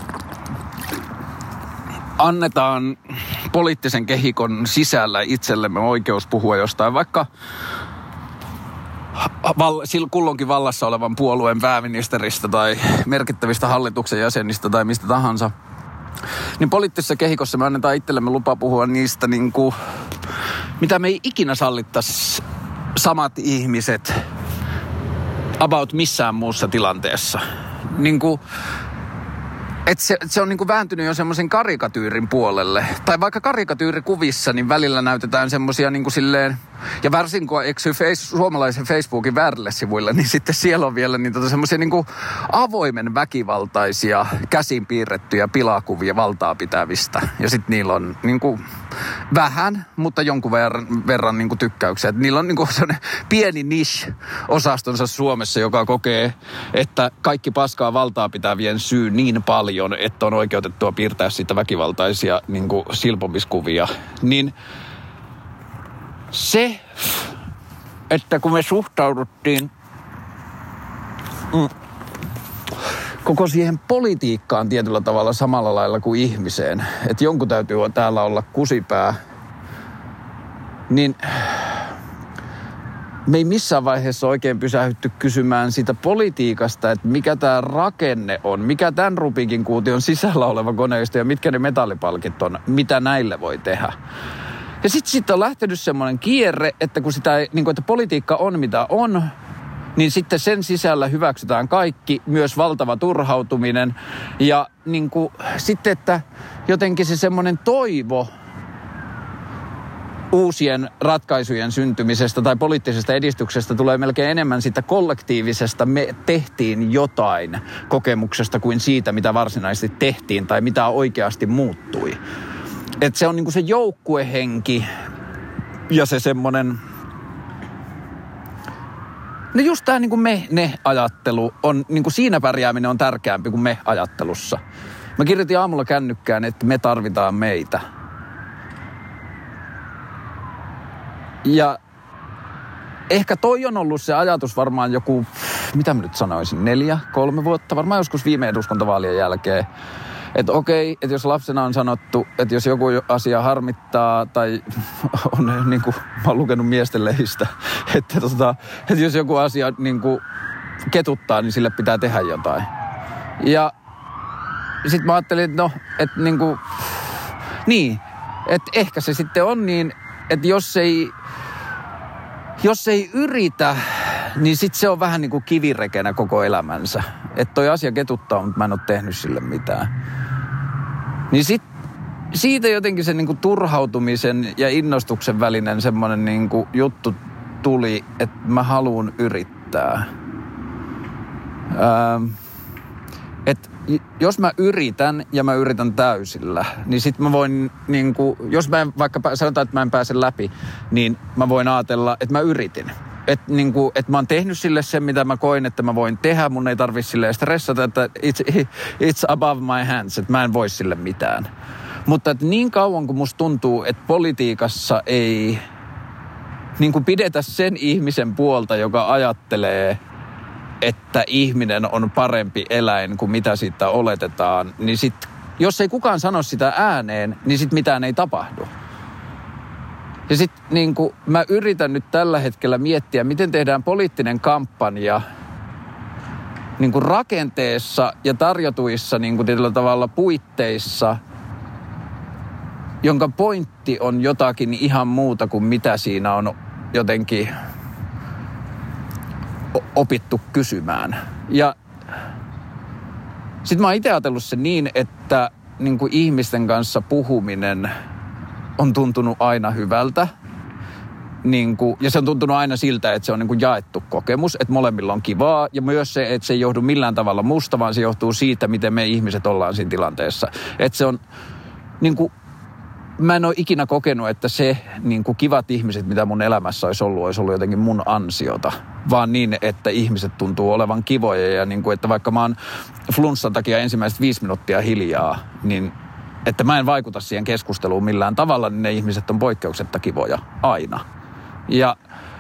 annetaan poliittisen kehikon sisällä itsellemme oikeus puhua jostain, vaikka val, kulloinkin vallassa olevan puolueen pääministeristä tai merkittävistä hallituksen jäsenistä tai mistä tahansa. Niin poliittisessa kehikossa me annetaan itsellemme lupa puhua niistä, niin kuin, mitä me ei ikinä sallittaisi samat ihmiset about missään muussa tilanteessa. Niin kuin, että se, se on niin kuin vääntynyt jo semmoisen karikatyyrin puolelle. Tai vaikka karikatyyrikuvissa, niin välillä näytetään semmoisia niin kuin silleen, ja varsinkin kun eksyy face, suomalaisen Facebookin väärille sivuille, niin sitten siellä on vielä niin tota semmoisia niin kuin avoimen väkivaltaisia, käsin piirrettyjä pilakuvia valtaa pitävistä. Ja sitten niillä on niin kuin vähän, mutta jonkun verran, verran niin kuin tykkäyksiä. Et niillä on niin kuin sellainen pieni niche-osastonsa Suomessa, joka kokee, että kaikki paskaa valtaa pitävien syy niin paljon, että on oikeutettua piirtää siitä väkivaltaisia niin kuin silpomiskuvia. Niin se, että kun me suhtauduttiin mm, koko siihen politiikkaan tietyllä tavalla samalla lailla kuin ihmiseen, että jonkun täytyy täällä olla kusipää, niin me ei missään vaiheessa oikein pysähdytty kysymään siitä politiikasta, että mikä tämä rakenne on, mikä tämän Rubikin kuution sisällä oleva koneisto ja mitkä ne metallipalkit on, mitä näille voi tehdä. Ja sitten sit on lähtenyt semmoinen kierre, että kun sitä ei, niin kuin, että politiikka on mitä on, niin sitten sen sisällä hyväksytään kaikki, myös valtava turhautuminen. Ja niin kuin, sitten, että jotenkin se semmoinen toivo uusien ratkaisujen syntymisestä tai poliittisesta edistyksestä tulee melkein enemmän siitä kollektiivisesta me tehtiin jotain kokemuksesta kuin siitä, mitä varsinaisesti tehtiin tai mitä oikeasti muuttui. Että se on niinku se joukkuehenki ja se semmonen, no just tää niinku me-ne-ajattelu on, niinku siinä pärjääminen on tärkeämpi kuin me-ajattelussa. Mä kirjoitin aamulla kännykkään, että me tarvitaan meitä. Ja ehkä toi on ollut se ajatus varmaan joku, mitä mä nyt sanoisin, neljä, kolme vuotta, varmaan joskus viime eduskuntavaalien jälkeen. Että okei, että jos lapsena on sanottu, että jos joku asia harmittaa tai on niin kuin, mä oon lukenut miesten lehdistä, että, tota, että jos joku asia niin kuin ketuttaa, niin sille pitää tehdä jotain. Ja sitten mä ajattelin, että no, että niin kuin, niin, että ehkä se sitten on niin, että jos ei, jos ei yritä, niin sitten se on vähän niin kuin kivirekenä koko elämänsä. Että toi asia ketuttaa, mutta mä en ole tehnyt sille mitään. Niin sit, siitä jotenkin se niin kuin turhautumisen ja innostuksen välinen semmoinen niin kuin juttu tuli, että mä haluun yrittää. Ähm, että jos mä yritän ja mä yritän täysillä, niin sit mä voin niin kuin, jos mä en, vaikka sanotaan, että mä en pääse läpi, niin mä voin ajatella, että mä yritin. Että niinku, et mä oon tehnyt sille sen, mitä mä koin, että mä voin tehdä. Mun ei tarvitse silleen stressata, että it's, it's above my hands, että mä en voi sille mitään. Mutta että niin kauan kun musta tuntuu, että politiikassa ei niinku pidetä sen ihmisen puolta, joka ajattelee, että ihminen on parempi eläin kuin mitä siitä oletetaan, niin sit, jos ei kukaan sano sitä ääneen, niin sit mitään ei tapahdu. Ja sitten niin mä yritän nyt tällä hetkellä miettiä, miten tehdään poliittinen kampanja niin kuin rakenteessa ja tarjotuissa niin kuin tietyllä tavalla puitteissa, jonka pointti on jotakin ihan muuta kuin mitä siinä on jotenkin opittu kysymään. Ja sitten mä oon itse ajatellut sen niin, että niin kuin ihmisten kanssa puhuminen on tuntunut aina hyvältä. Niin kuin, ja se on tuntunut aina siltä, että se on niin kuin jaettu kokemus, että molemmilla on kivaa. Ja myös se, että se ei johdu millään tavalla musta, vaan se johtuu siitä, miten me ihmiset ollaan siinä tilanteessa. Että se on, niin kuin, mä en ole ikinä kokenut, että se niin kuin kivat ihmiset, mitä mun elämässä olisi ollut, olisi ollut jotenkin mun ansiota. Vaan niin, että ihmiset tuntuu olevan kivoja. Ja niin kuin, että vaikka mä oon flunssan takia ensimmäiset viisi minuuttia hiljaa, niin että mä en vaikuta siihen keskusteluun millään tavalla, niin ne ihmiset on poikkeuksetta kivoja aina. Ja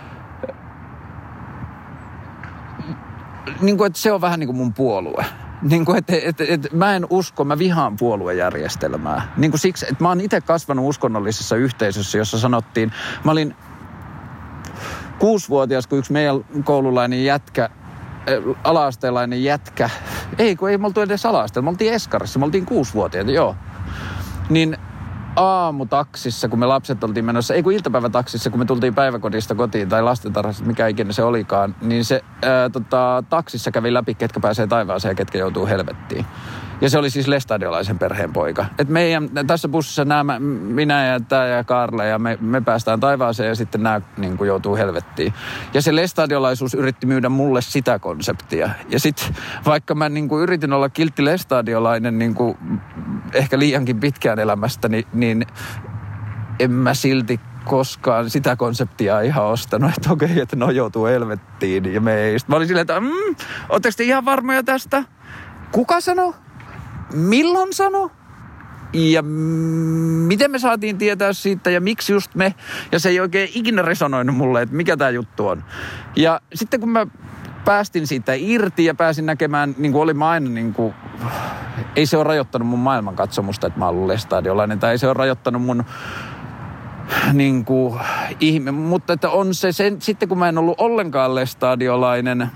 niin kuin, että se on vähän niin kuin mun puolue. Niin kuin, että, että, että mä en usko, mä vihaan puoluejärjestelmää. Niin kuin siksi, että mä oon itse kasvanut uskonnollisessa yhteisössä, jossa sanottiin, mä olin kuusivuotias, kun yksi meidän koululainen jätkä, ala-asteelainen jätkä, ei kun ei me oltu edes ala-asteella, me oltiin Eskarissa, me oltiin kuusivuotiaita, joo. Niin aamutaksissa, kun me lapset oltiin menossa, ei kun iltapäivätaksissa, kun me tultiin päiväkodista kotiin tai lastentarhasta, mikä ikinä se olikaan, niin se ää, tota, taksissa kävi läpi, ketkä pääsee taivaaseen ja ketkä joutuu helvettiin. Ja se oli siis lestadiolaisen perheen poika. Et meidän, tässä bussissa nämä, minä ja tämä ja Kaarle ja me, me päästään taivaaseen ja sitten nämä niin kuin joutuu helvettiin. Ja se lestadiolaisuus yritti myydä mulle sitä konseptia. Ja sitten vaikka mä niin kuin yritin olla kiltti lestadiolainen niin kuin ehkä liiankin pitkään elämästäni, niin en mä silti koskaan sitä konseptia ihan ostanut, että okei, että no joutuu helvettiin ja me ei. Sitten mä olin silleen, että mm, ootteko te ihan varmoja tästä? Kuka sanoi? Milloin sano? Ja m- miten me saatiin tietää siitä ja miksi just me? Ja se ei oikein ikinä resonoinut mulle, että mikä tää juttu on. Ja sitten kun mä päästin siitä irti ja pääsin näkemään, niin kuin olin mä aina niin kuin, ei se ole rajoittanut mun maailmankatsomusta, että mä oon ollut lestadiolainen, tai ei se ole rajoittanut mun niin kuin ihme, mutta että on se, sen, sitten kun mä en ollut ollenkaan lestadiolainen,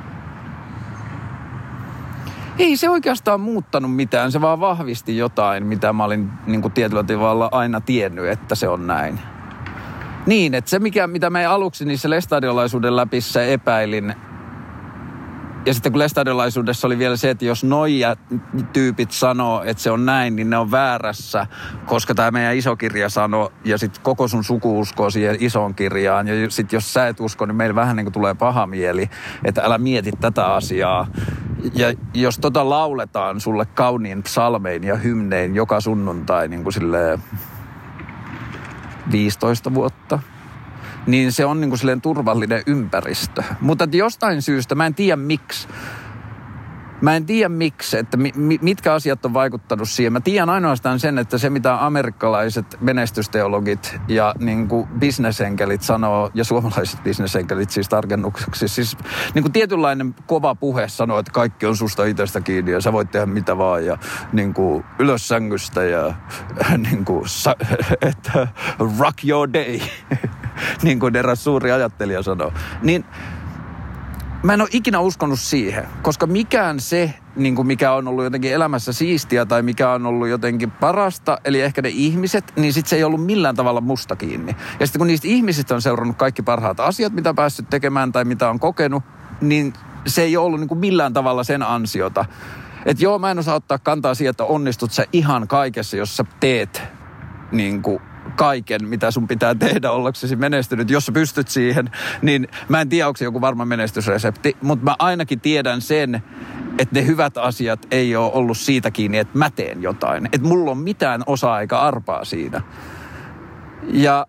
ei se oikeastaan muuttanut mitään, se vaan vahvisti jotain, mitä mä olin niin kuin tietyllä tavalla aina tiennyt, että se on näin. Niin, että se mikä, mitä mä aluksi niissä lestadiolaisuuden läpissä epäilin, ja sitten kun lestadiolaisuudessa oli vielä se, että jos noija-tyypit sanoo, että se on näin, niin ne on väärässä, koska tämä meidän iso kirja sanoo, ja sitten koko sun suku uskoo siihen isoon kirjaan, ja sitten jos sä et usko, niin meillä vähän niin kuin tulee paha mieli, että älä mieti tätä asiaa. Ja jos tota lauletaan sulle kauniin psalmein ja hymnein joka sunnuntai niin kuin silleen viisitoista vuotta, niin se on niin kuin silleen turvallinen ympäristö. Mutta jostain syystä, mä en tiedä miksi, Mä en tiedä miksi, että mi, mitkä asiat on vaikuttanut siihen. Mä tiedän ainoastaan sen, että se mitä amerikkalaiset menestysteologit ja niin kuin bisnesenkelit sanoo, ja suomalaiset bisnesenkelit siis tarkennuksiksi, siis niin kuin tietynlainen kova puhe sanoo, että kaikki on susta itsestä kiinni ja sä voit tehdä mitä vaan ja niin kuin ylös sängystä ja niin kuin, että rock your day, niin kuin eräs suuri ajattelija sanoo. Niin mä en ole ikinä uskonut siihen, koska mikään se, niin kuin mikä on ollut jotenkin elämässä siistiä tai mikä on ollut jotenkin parasta, eli ehkä ne ihmiset, niin sit se ei ollut millään tavalla musta kiinni. Ja sitten kun niistä ihmisistä on seurannut kaikki parhaat asiat, mitä on päässyt tekemään tai mitä on kokenut, niin se ei ole ollut niin kuin millään tavalla sen ansiota. Että joo, mä en osaa ottaa kantaa siihen, että onnistut sä ihan kaikessa, jos sä teet niin kuin kaiken, mitä sun pitää tehdä ollaksesi menestynyt. Jos sä pystyt siihen, niin mä en tiedä, onko se joku varma menestysresepti, mutta mä ainakin tiedän sen, että ne hyvät asiat ei ole ollut siitä kiinni, että mä teen jotain. Että mulla on mitään osaa eikä arpaa siinä. Ja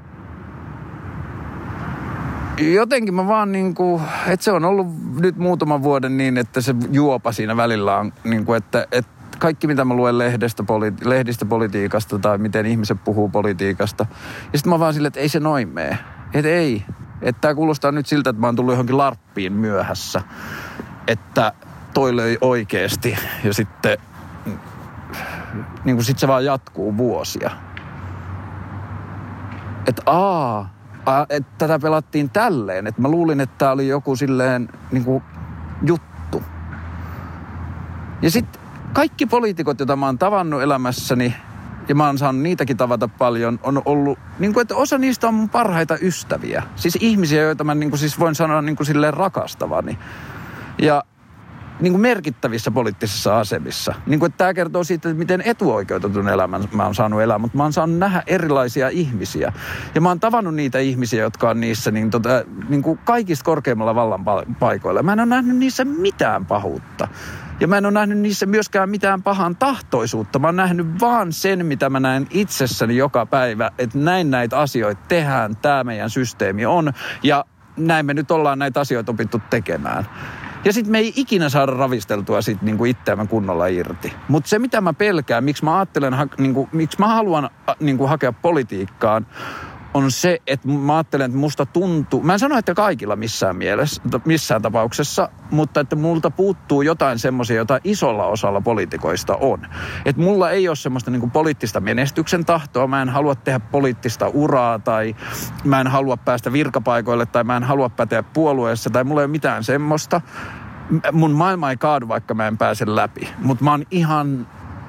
jotenkin mä vaan niinku, että se on ollut nyt muutaman vuoden niin, että se juopa siinä välillä on niinku, että, että kaikki, mitä mä luen lehdestä, poli- lehdistä politiikasta tai miten ihmiset puhuu politiikasta. Ja sitten mä vaan silleen, että ei se noin mene. Että ei. Että tää kuulostaa nyt siltä, että mä oon tullut johonkin larppiin myöhässä. Että toi löi oikeesti. Ja sitten niin kuin sit se vaan jatkuu vuosia. Että aa, aa että tätä pelattiin tälleen. Että mä luulin, että tää oli joku silleen niin kuin juttu. Ja sitten kaikki poliitikot, joita mä oon tavannut elämässäni, ja mä oon saanut niitäkin tavata paljon, on ollut, niin kuin, että osa niistä on mun parhaita ystäviä. Siis ihmisiä, joita mä niin kuin, siis voin sanoa niin kuin silleen rakastavani. Ja niin kuin merkittävissä poliittisissa asemissa. Niin kuin, että tää kertoo siitä, että miten etuoikeutetun elämän mä oon saanut elää, mutta mä oon saanut nähdä erilaisia ihmisiä. Ja mä oon tavannut niitä ihmisiä, jotka on niissä niin, tota, niin kuin kaikista korkeimmalla vallan paikoilla. Mä en ole nähnyt niissä mitään pahuutta. Ja mä en ole nähnyt niissä myöskään mitään pahan tahtoisuutta. Mä oon nähnyt vaan sen, mitä mä näen itsessäni joka päivä, että näin näitä asioita tehdään, tää meidän systeemi on, ja näin me nyt ollaan näitä asioita opittu tekemään. Ja sit me ei ikinä saada ravisteltua sit niinku itseämme kunnolla irti. Mutta se, mitä mä pelkään, miksi mä ajattelen, niinku, miksi mä haluan niinku, hakea politiikkaan, on se, että mä ajattelen, että musta tuntuu, mä en sano, että kaikilla missään mielessä, missään tapauksessa, mutta että multa puuttuu jotain semmoisia, jota isolla osalla poliitikoista on. Että mulla ei ole semmoista niin kuin poliittista menestyksen tahtoa, mä en halua tehdä poliittista uraa tai mä en halua päästä virkapaikoille tai mä en halua päteä puolueessa tai mulla ei ole mitään semmoista. Mun maailma ei kaadu, vaikka mä en pääse läpi, mutta mä oon ihan...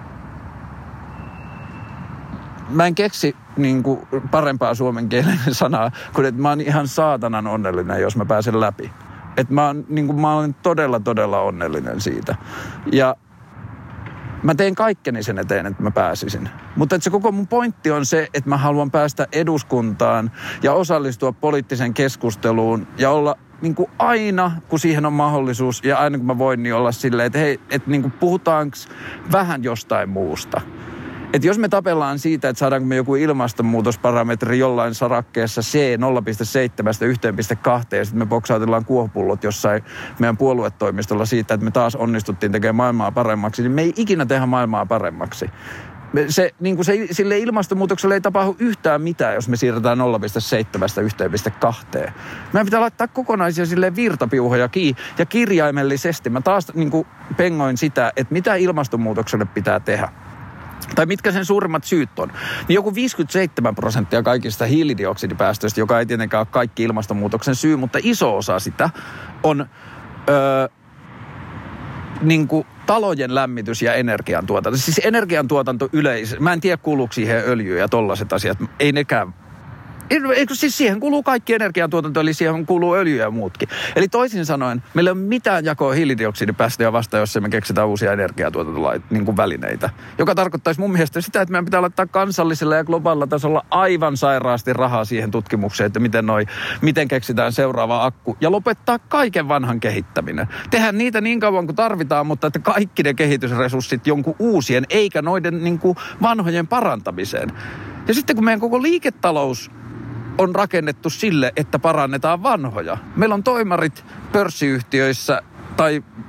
Mä en keksi niin kuin parempaa suomenkielinen sanaa, kuin että mä oon ihan saatanan onnellinen, jos mä pääsen läpi. Että mä, niin kuin, mä olen todella, todella onnellinen siitä. Ja mä teen kaikkeni sen eteen, että mä pääsisin. Mutta että se koko mun pointti on se, että mä haluan päästä eduskuntaan ja osallistua poliittiseen keskusteluun ja olla niin kuin aina, kun siihen on mahdollisuus ja aina kun mä voin, niin olla silleen, että hei, että niin kuin puhutaanko vähän jostain muusta. Että jos me tapellaan siitä, että saadaanko me joku ilmastonmuutosparametri jollain sarakkeessa C nolla pilkku seitsemän yksi pilkku kaksi ja sitten me boksautellaan kuohupullot jossain meidän puoluetoimistolla siitä, että me taas onnistuttiin tekemään maailmaa paremmaksi, niin me ei ikinä tehdä maailmaa paremmaksi. Se, niin kuin se, sille ilmastonmuutokselle ei tapahdu yhtään mitään, jos me siirretään nolla pilkku seitsemän yksi pilkku kaksi. Meidän pitää laittaa kokonaisia silleen virtapiuhoja kiinni ja kirjaimellisesti. Mä taas niin kuin pengoin sitä, että mitä ilmastonmuutokselle pitää tehdä. Tai mitkä sen suurimmat syyt on. Niin joku viisikymmentäseitsemän prosenttia kaikista hiilidioksidipäästöistä, joka ei tietenkään ole kaikki ilmastonmuutoksen syy, mutta iso osa sitä on öö, niin kuin talojen lämmitys ja energiantuotanto. Siis energiantuotanto yleisesti. Mä en tiedä, kuuluuko siihen öljy ja tollaiset asiat. Ei nekään. Eikö siis siihen kuuluu kaikki energiantuotanto, eli siihen kuuluu öljy ja muutkin. Eli toisin sanoen, meillä ei ole mitään jakoa hiilidioksidipäästöjä vastaan, jos me keksitään uusia energiantuotantolaita, niin kuin välineitä. Joka tarkoittaisi mun mielestä sitä, että meidän pitää laittaa kansallisella ja globaalilla tasolla aivan sairaasti rahaa siihen tutkimukseen, että miten, noi, miten keksitään seuraava akku. Ja lopettaa kaiken vanhan kehittäminen. Tehdään niitä niin kauan kuin tarvitaan, mutta että kaikki ne kehitysresurssit jonkun uusien, eikä noiden niin kuin vanhojen parantamiseen. Ja sitten kun meidän koko liiketalous on rakennettu sille, että parannetaan vanhoja. Meillä on toimarit pörssiyhtiöissä tai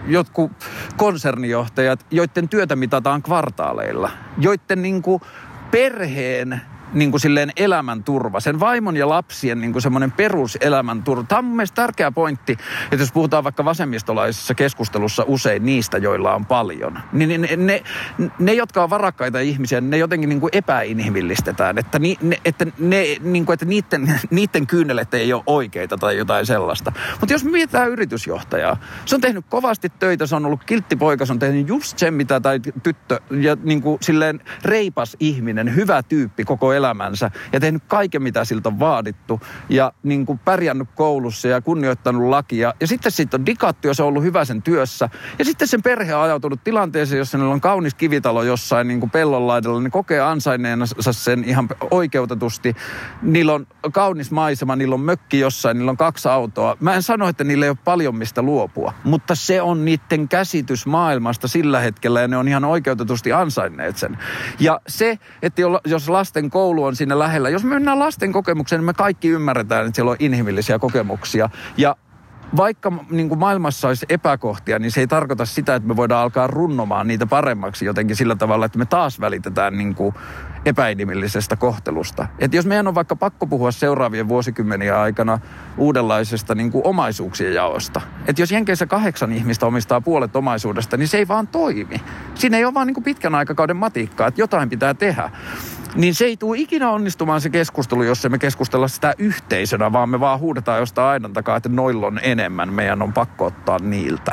jotkut konsernijohtajat, joiden työtä mitataan kvartaaleilla, joiden niin kuin perheen niin kuin silleen elämänturva, sen vaimon ja lapsien niin kuin semmoinen peruselämänturva. Tämä on mun mielestä tärkeä pointti, että jos puhutaan vaikka vasemmistolaisessa keskustelussa usein niistä, joilla on paljon, niin ne, ne, ne jotka on varakkaita ihmisiä, ne jotenkin niin kuin epäinhimillistetään, että, ni, ne, että, ne, niin kuin, että niiden, niiden kyynelet ei ole oikeita tai jotain sellaista. Mutta jos mietitään yritysjohtajaa, se on tehnyt kovasti töitä, se on ollut kiltti poika, se on tehnyt just sen, mitä tai tyttö ja niin kuin silleen reipas ihminen, hyvä tyyppi koko elämänsä ja tehnyt kaiken, mitä siltä on vaadittu ja niin kuin pärjännyt koulussa ja kunnioittanut lakia. Ja sitten siitä on dikattu ja se on ollut hyvä sen työssä. Ja sitten sen perhe on ajautunut tilanteeseen, jossa niillä on kaunis kivitalo jossain niin kuin pellonlaidalla. Ne kokee ansainneensa sen ihan oikeutetusti. Niillä on kaunis maisema, niillä on mökki jossain, niillä on kaksi autoa. Mä en sano, että niillä ei ole paljon mistä luopua, mutta se on niiden käsitys maailmasta sillä hetkellä ja ne on ihan oikeutetusti ansainneet sen. Ja se, että jos lasten koulu on siinä lähellä. Jos me mennään lasten kokemukseen, niin me kaikki ymmärretään, että siellä on inhimillisiä kokemuksia. Ja vaikka niin kuin maailmassa olisi epäkohtia, niin se ei tarkoita sitä, että me voidaan alkaa runnomaan niitä paremmaksi jotenkin sillä tavalla, että me taas välitetään niin kuin epäinhimillisestä kohtelusta. Että jos meidän on vaikka pakko puhua seuraavien vuosikymmenien aikana uudenlaisesta niin kuin omaisuuksien jaosta. Että jos Jenkeissä kahdeksan ihmistä omistaa puolet omaisuudesta, niin se ei vaan toimi. Siinä ei ole vaan niin kuin pitkän aikakauden matikkaa, että jotain pitää tehdä. Niin se ei tule ikinä onnistumaan se keskustelu, jos emme keskustella sitä yhteisönä, vaan me vaan huudetaan jostain aidan takaa, että noilla on enemmän, meidän on pakko ottaa niiltä.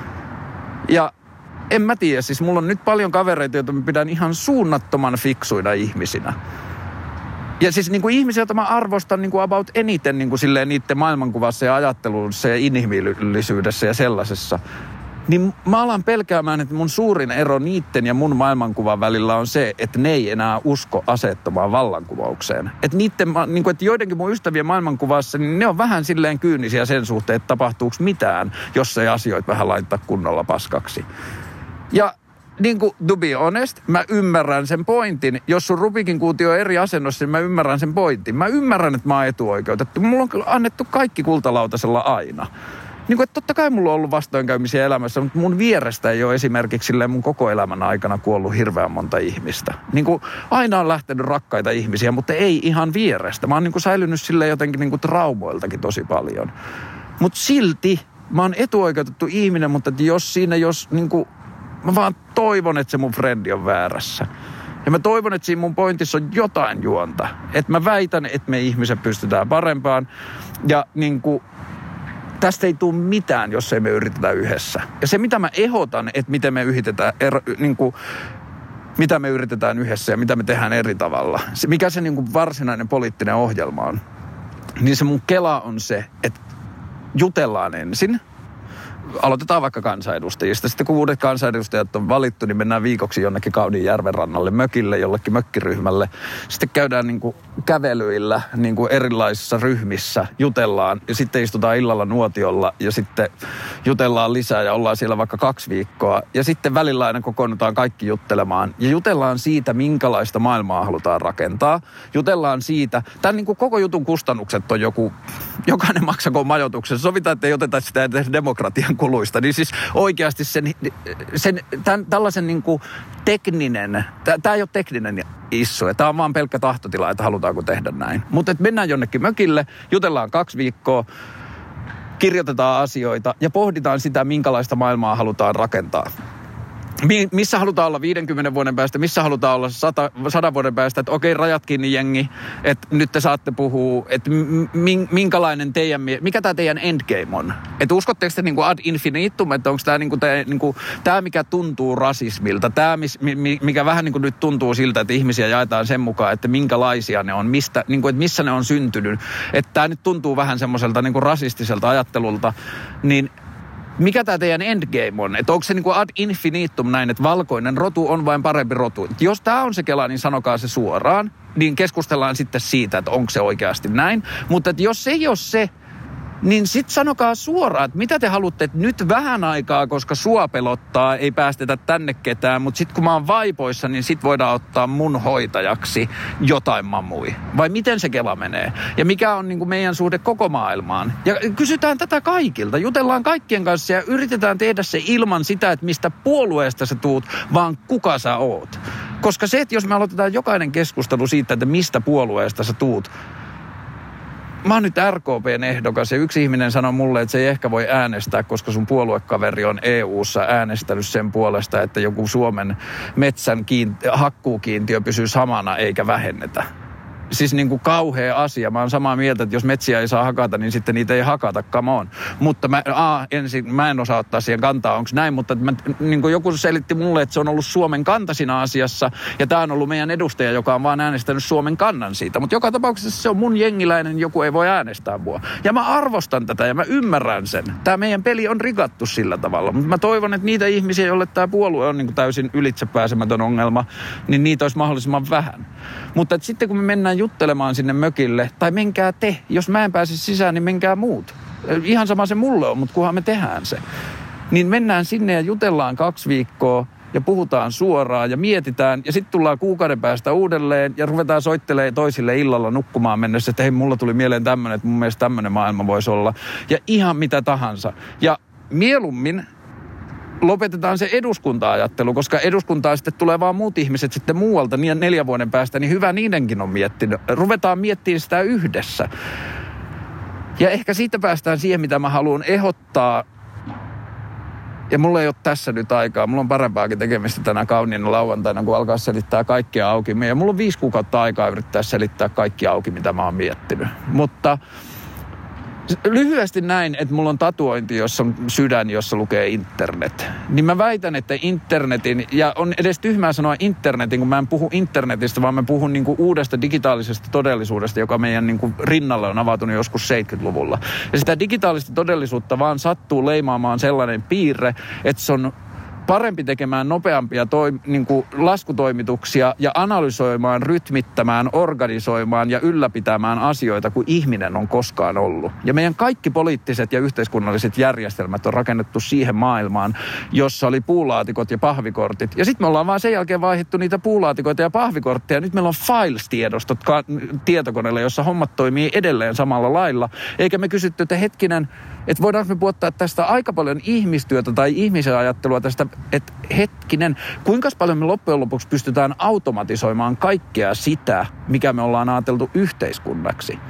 Ja en mä tiedä, siis mulla on nyt paljon kavereita, joita mä pidän ihan suunnattoman fiksuina ihmisinä. Ja siis niin kuin ihmisiä, joita mä arvostan niin kuin about eniten niin kuin silleen niiden maailmankuvassa ja ajattelussa ja inhimillisyydessä ja sellaisessa. Niin mä alan pelkäämään, että mun suurin ero niitten ja mun maailmankuvan välillä on se, että ne ei enää usko aseettomaan vallankuvaukseen. Että niitten, niin kuin, että joidenkin mun ystävien maailmankuvassa, niin ne on vähän silleen kyynisiä sen suhteen, että tapahtuuko mitään, jos ei asioita vähän laittaa kunnolla paskaksi. Ja niin kuin to be honest, mä ymmärrän sen pointin. Jos sun Rubikin kuutio on eri asennossa, niin mä ymmärrän sen pointin. Mä ymmärrän, että mä oon etuoikeutettu. Mulla on annettu kaikki kultalautasella aina. Niin kuin, että totta kai mulla on ollut vastoinkäymisiä elämässä, mutta mun vierestä ei ole esimerkiksi silleen mun koko elämän aikana kuollut hirveän monta ihmistä. Niin kuin aina on lähtenyt rakkaita ihmisiä, mutta ei ihan vierestä. Mä oon niin kuin säilynyt silleen jotenkin niin kuin traumoiltakin tosi paljon. Mutta silti mä oon etuoikeutettu ihminen, mutta että jos siinä, jos niin kuin, mä vaan toivon, että se mun frendi on väärässä. Ja mä toivon, että siinä mun pointissa on jotain juonta. Että mä väitän, että me ihmiset pystytään parempaan ja niin kuin tästä ei tule mitään, jos ei me yritetä yhdessä. Ja se, mitä mä ehdotan, että miten me yritetään, er, niin kuin, mitä me yritetään yhdessä ja mitä me tehdään eri tavalla. Se, mikä se niin kuin varsinainen poliittinen ohjelma on, niin se mun kela on se, että jutellaan ensin. Aloitetaan vaikka kansanedustajista. Sitten kun uudet kansanedustajat on valittu, niin mennään viikoksi jonnekin kauniin järvenrannalle, mökille, jollekin mökkiryhmälle. Sitten käydään niin kuin kävelyillä niin kuin erilaisissa ryhmissä, jutellaan ja sitten istutaan illalla nuotiolla ja sitten jutellaan lisää ja ollaan siellä vaikka kaksi viikkoa. Ja sitten välillä aina kokoonnutaan kaikki juttelemaan ja jutellaan siitä, minkälaista maailmaa halutaan rakentaa. Jutellaan siitä, tämän niin kuin koko jutun kustannukset on joku, jokainen maksakoon majoituksen. Sovitaan, että ei oteta sitä edes demokratian kuluista, niin siis oikeasti sen, sen tämän, tällaisen niin kuin tekninen, tämä ei ole tekninen issu, tämä on vaan pelkkä tahtotila, että halutaanko tehdä näin. Mutta mennään jonnekin mökille, jutellaan kaksi viikkoa, kirjoitetaan asioita ja pohditaan sitä, minkälaista maailmaa halutaan rakentaa. Missä halutaan olla viidenkymmenen vuoden päästä, missä halutaan olla sata, sadan vuoden päästä, että okei, rajat kiinni jengi, että nyt te saatte puhua, että minkälainen teidän, mikä tämä teidän endgame on. Että uskotteko te niin kuin ad infinitum, että onko tämä niin kuin, niin kuin, tämä, mikä tuntuu rasismilta, tämä, mikä vähän niin kuin nyt tuntuu siltä, että ihmisiä jaetaan sen mukaan, että minkälaisia ne on, mistä, niin kuin, että missä ne on syntynyt. Että tämä nyt tuntuu vähän semmoiselta niin kuin rasistiselta ajattelulta, niin mikä tämä teidän endgame on? Että onko se niin kuin ad infinitum näin, että valkoinen rotu on vain parempi rotu? Et jos tämä on se kela, niin sanokaa se suoraan. Niin keskustellaan sitten siitä, että onko se oikeasti näin. Mutta että jos ei ole se, Niin sit sanokaa suoraan, että mitä te haluatte, että nyt vähän aikaa, koska sua pelottaa, ei päästetä tänne ketään, mutta sit kun mä oon vaipoissa, niin sit voidaan ottaa mun hoitajaksi jotain mamui. Vai miten se kela menee? Ja mikä on niin kuin meidän suhde koko maailmaan? Ja kysytään tätä kaikilta, jutellaan kaikkien kanssa ja yritetään tehdä se ilman sitä, että mistä puolueesta sä tuut, vaan kuka sä oot. Koska se, että jos me aloitetaan jokainen keskustelu siitä, että mistä puolueesta sä tuut, mä oon nyt R K P:n ehdokas ja yksi ihminen sanoi mulle, että se ei ehkä voi äänestää, koska sun puoluekaveri on E U:ssa äänestänyt sen puolesta, että joku Suomen metsän kiinti- hakkuukiintiö pysyy samana eikä vähennetä. Siis niin kuin kauhea asia. Mä oon samaa mieltä, että jos metsiä ei saa hakata, niin sitten niitä ei hakata, come on. Mutta mä, a, ensin, mä en osaa ottaa siihen kantaa, onko näin, mutta mä, niin kuin joku selitti mulle, että se on ollut Suomen kanta siinä asiassa, ja tää on ollut meidän edustaja, joka on vaan äänestänyt Suomen kannan siitä. Mutta joka tapauksessa se on mun jengiläinen, joku ei voi äänestää mua. Ja mä arvostan tätä ja mä ymmärrän sen. Tää meidän peli on rikattu sillä tavalla, mutta mä toivon, että niitä ihmisiä, joille tää puolue on niin kuin täysin ylitsepääsemätön ongelma, niin niitä olisi mahdollisimman vähän. Mutta sitten kun me mennään juttelemaan sinne mökille, tai menkää te. Jos mä en pääse sisään, niin menkää muut. Ihan sama se mulle on, mutta kunhan me tehdään se. Niin mennään sinne ja jutellaan kaksi viikkoa ja puhutaan suoraan ja mietitään. Ja sitten tullaan kuukauden päästä uudelleen ja ruvetaan soittelemaan toisille illalla nukkumaan mennessä, että hei, mulla tuli mieleen tämmöinen, että mun mielestä tämmöinen maailma voisi olla. Ja ihan mitä tahansa. Ja mieluummin lopetetaan se eduskunta-ajattelu, koska eduskuntaan sitten tulee vaan muut ihmiset sitten muualta niin neljän vuoden päästä, niin hyvä niidenkin on miettinyt. Ruvetaan miettimään sitä yhdessä. Ja ehkä siitä päästään siihen, mitä mä haluan ehdottaa. Ja mulla ei ole tässä nyt aikaa. Mulla on parempaakin tekemistä tänä kauniina lauantaina, kun alkaa selittää kaikkea auki. Ja mulla on viisi kuukautta aikaa yrittää selittää kaikki auki, mitä mä oon miettinyt. Mutta lyhyesti näin, että mulla on tatuointi, jossa on sydän, jossa lukee internet. Niin mä väitän, että internetin, ja on edes tyhmää sanoa internetin, kun mä en puhu internetistä, vaan mä puhun niinku uudesta digitaalisesta todellisuudesta, joka meidän niinku rinnalle on avautunut joskus seitsemänkymmentäluvulla. Ja sitä digitaalista todellisuutta vaan sattuu leimaamaan sellainen piirre, että se on parempi tekemään nopeampia toi, niin kuin laskutoimituksia ja analysoimaan, rytmittämään, organisoimaan ja ylläpitämään asioita kuin ihminen on koskaan ollut. Ja meidän kaikki poliittiset ja yhteiskunnalliset järjestelmät on rakennettu siihen maailmaan, jossa oli puulaatikot ja pahvikortit. Ja sitten me ollaan vaan sen jälkeen vaihdettu niitä puulaatikoita ja pahvikortteja. Nyt meillä on files-tiedostot ka- tietokoneelle, jossa hommat toimii edelleen samalla lailla. Eikä me kysytty, että hetkinen, että voidaanko me puottaa tästä aika paljon ihmistyötä tai ihmisen ajattelua tästä, että hetkinen, kuinka paljon me loppujen lopuksi pystytään automatisoimaan kaikkea sitä, mikä me ollaan ajateltu yhteiskunnaksi.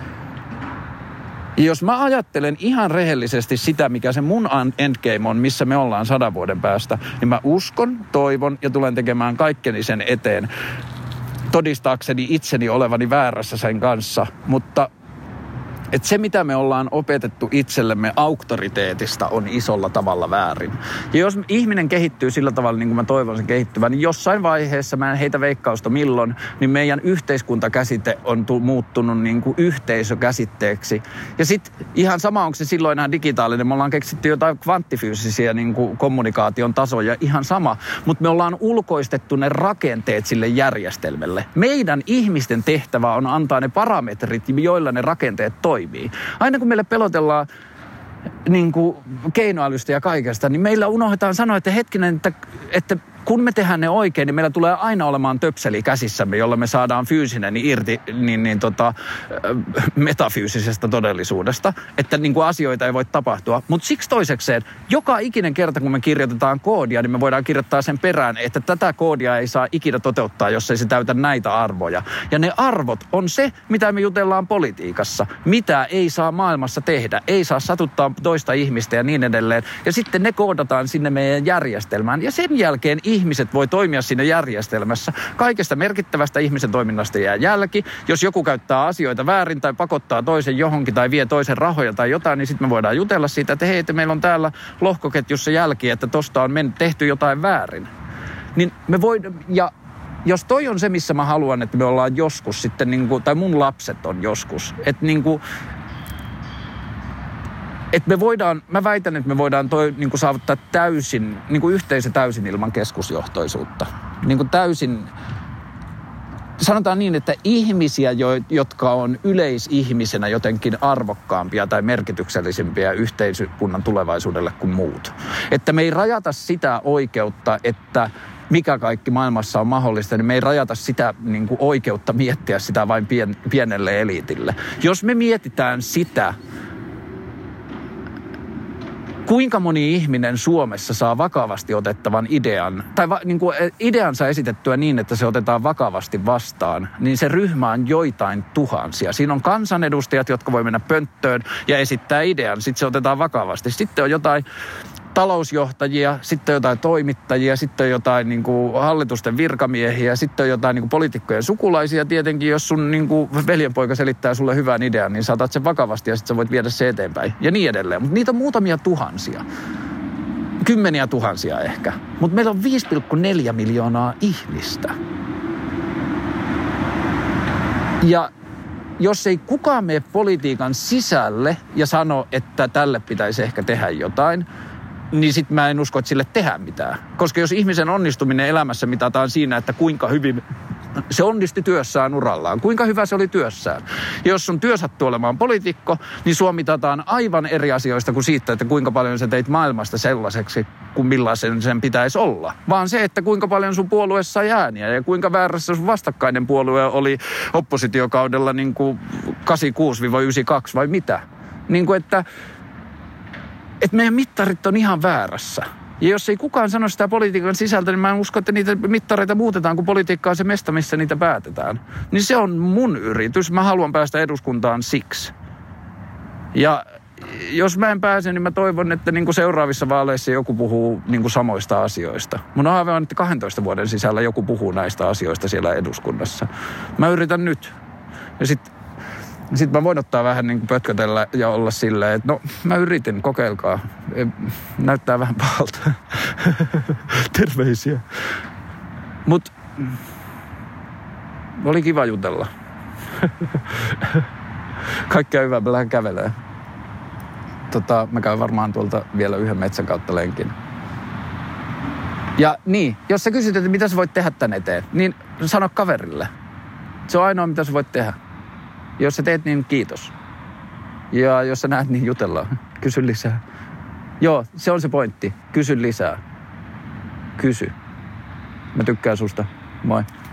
Ja jos mä ajattelen ihan rehellisesti sitä, mikä se mun endgame on, missä me ollaan sadan vuoden päästä, niin mä uskon, toivon ja tulen tekemään kaikkeni sen eteen, todistaakseni itseni olevani väärässä sen kanssa, mutta että se, mitä me ollaan opetettu itsellemme auktoriteetista, on isolla tavalla väärin. Ja jos ihminen kehittyy sillä tavalla, niin kuin mä toivon sen kehittyvän, niin jossain vaiheessa, mä en heitä veikkausta milloin, niin meidän yhteiskuntakäsite on tu- muuttunut niin kuin yhteisökäsitteeksi. Ja sitten ihan sama, onko se silloin enää digitaalinen, me ollaan keksitty jotain kvanttifyysisiä niin kuin kommunikaation tasoja, ihan sama. Mutta me ollaan ulkoistettu ne rakenteet sille järjestelmälle. Meidän ihmisten tehtävä on antaa ne parametrit, joilla ne rakenteet toimii. Aina kun meille pelotellaan niin kuin keinoälystä ja kaikesta, niin meillä unohdetaan sanoa, että hetkinen, että, että kun me tehdään ne oikein, niin meillä tulee aina olemaan töpseli käsissämme, jolla me saadaan fyysinen irti niin, niin tota, metafyysisestä todellisuudesta, että niin kuin asioita ei voi tapahtua. Mutta siksi toisekseen, joka ikinen kerta, kun me kirjoitetaan koodia, niin me voidaan kirjoittaa sen perään, että tätä koodia ei saa ikinä toteuttaa, jos ei se täytä näitä arvoja. Ja ne arvot on se, mitä me jutellaan politiikassa. Mitä ei saa maailmassa tehdä, ei saa satuttaa toista ihmistä ja niin edelleen. Ja sitten ne koodataan sinne meidän järjestelmään. Ja sen jälkeen ihmiset voi toimia siinä järjestelmässä. Kaikesta merkittävästä ihmisen toiminnasta jää jälki. Jos joku käyttää asioita väärin tai pakottaa toisen johonkin tai vie toisen rahoja tai jotain, niin sitten me voidaan jutella siitä, että hei, että meillä on täällä lohkoketjussa jälki, että tosta on men- tehty jotain väärin. Niin me voidaan, ja jos toi on se, missä mä haluan, että me ollaan joskus sitten, niin kuin, tai mun lapset on joskus, että niin kuin, että me voidaan, mä väitän, että me voidaan toi, niin kuin saavuttaa täysin, niin kuin yhteisö täysin ilman keskusjohtoisuutta. Niin kuin täysin sanotaan niin, että ihmisiä, jotka on yleisihmisenä jotenkin arvokkaampia tai merkityksellisimpiä yhteiskunnan tulevaisuudelle kuin muut. Että me ei rajata sitä oikeutta, että mikä kaikki maailmassa on mahdollista, niin me ei rajata sitä niin kuin oikeutta miettiä sitä vain pien, pienelle eliitille. Jos me mietitään sitä, kuinka moni ihminen Suomessa saa vakavasti otettavan idean, tai va, niin kuin ideansa esitettyä niin, että se otetaan vakavasti vastaan, niin se ryhmä on joitain tuhansia. Siinä on kansanedustajat, jotka voi mennä pönttöön ja esittää idean, sitten se otetaan vakavasti. Sitten on jotain talousjohtajia, sitten on jotain toimittajia, sitten on jotain niin kuin hallitusten virkamiehiä, sitten on jotain niin kuin poliitikkojen sukulaisia. Tietenkin, jos sun niin kuin veljenpoika selittää sulle hyvän idean, niin saatat sen vakavasti ja sitten sä voit viedä se eteenpäin. Ja niin edelleen. Mutta niitä on muutamia tuhansia. Kymmeniä tuhansia ehkä. Mutta meillä on viisi pilkku neljä miljoonaa ihmistä. Ja jos ei kukaan mene politiikan sisälle ja sano, että tälle pitäisi ehkä tehdä jotain, niin sit mä en usko, että sille tehdään mitään. Koska jos ihmisen onnistuminen elämässä mitataan siinä, että kuinka hyvin se onnisti työssään urallaan, kuinka hyvä se oli työssään. Ja jos sun työ sattuu olemaan poliitikko, niin sua mitataan aivan eri asioista kuin siitä, että kuinka paljon sä teit maailmasta sellaiseksi, kuin millaisen sen pitäisi olla. Vaan se, että kuinka paljon sun puolue sai ääniä ja kuinka väärässä sun vastakkainen puolue oli oppositiokaudella niin kuin kahdeksankymmentäkuusi yhdeksänkymmentäkaksi vai mitä. Niin kuin että että meidän mittarit on ihan väärässä. Ja jos ei kukaan sano sitä politiikan sisältä, niin mä en usko, että niitä mittareita muutetaan, kun politiikka on se mesta, missä niitä päätetään. Niin se on mun yritys. Mä haluan päästä eduskuntaan siksi. Ja jos mä en pääse, niin mä toivon, että niin kuin seuraavissa vaaleissa joku puhuu niin kuin samoista asioista. Mun on aivan, että kahdentoista vuoden sisällä joku puhuu näistä asioista siellä eduskunnassa. Mä yritän nyt. Ja sitten Sitten mä voin ottaa vähän niin kuin pötkötellä ja olla silleen, että no mä yritin, kokeilkaa. Näyttää vähän pahalta. Terveisiä. Mut oli kiva jutella. Kaikkea hyvää, mä lähden kävelemään. Tota, mä käyn varmaan tuolta vielä yhden metsän kautta lenkin. Ja niin, jos sä kysyt, että mitä sä voit tehdä tän eteen, niin sano kaverille. Se on ainoa, mitä sä voit tehdä. Jos sä teet, niin kiitos. Ja jos sä näet, niin jutellaan. Kysy lisää. Joo, se on se pointti. Kysy lisää. Kysy. Mä tykkään susta. Moi.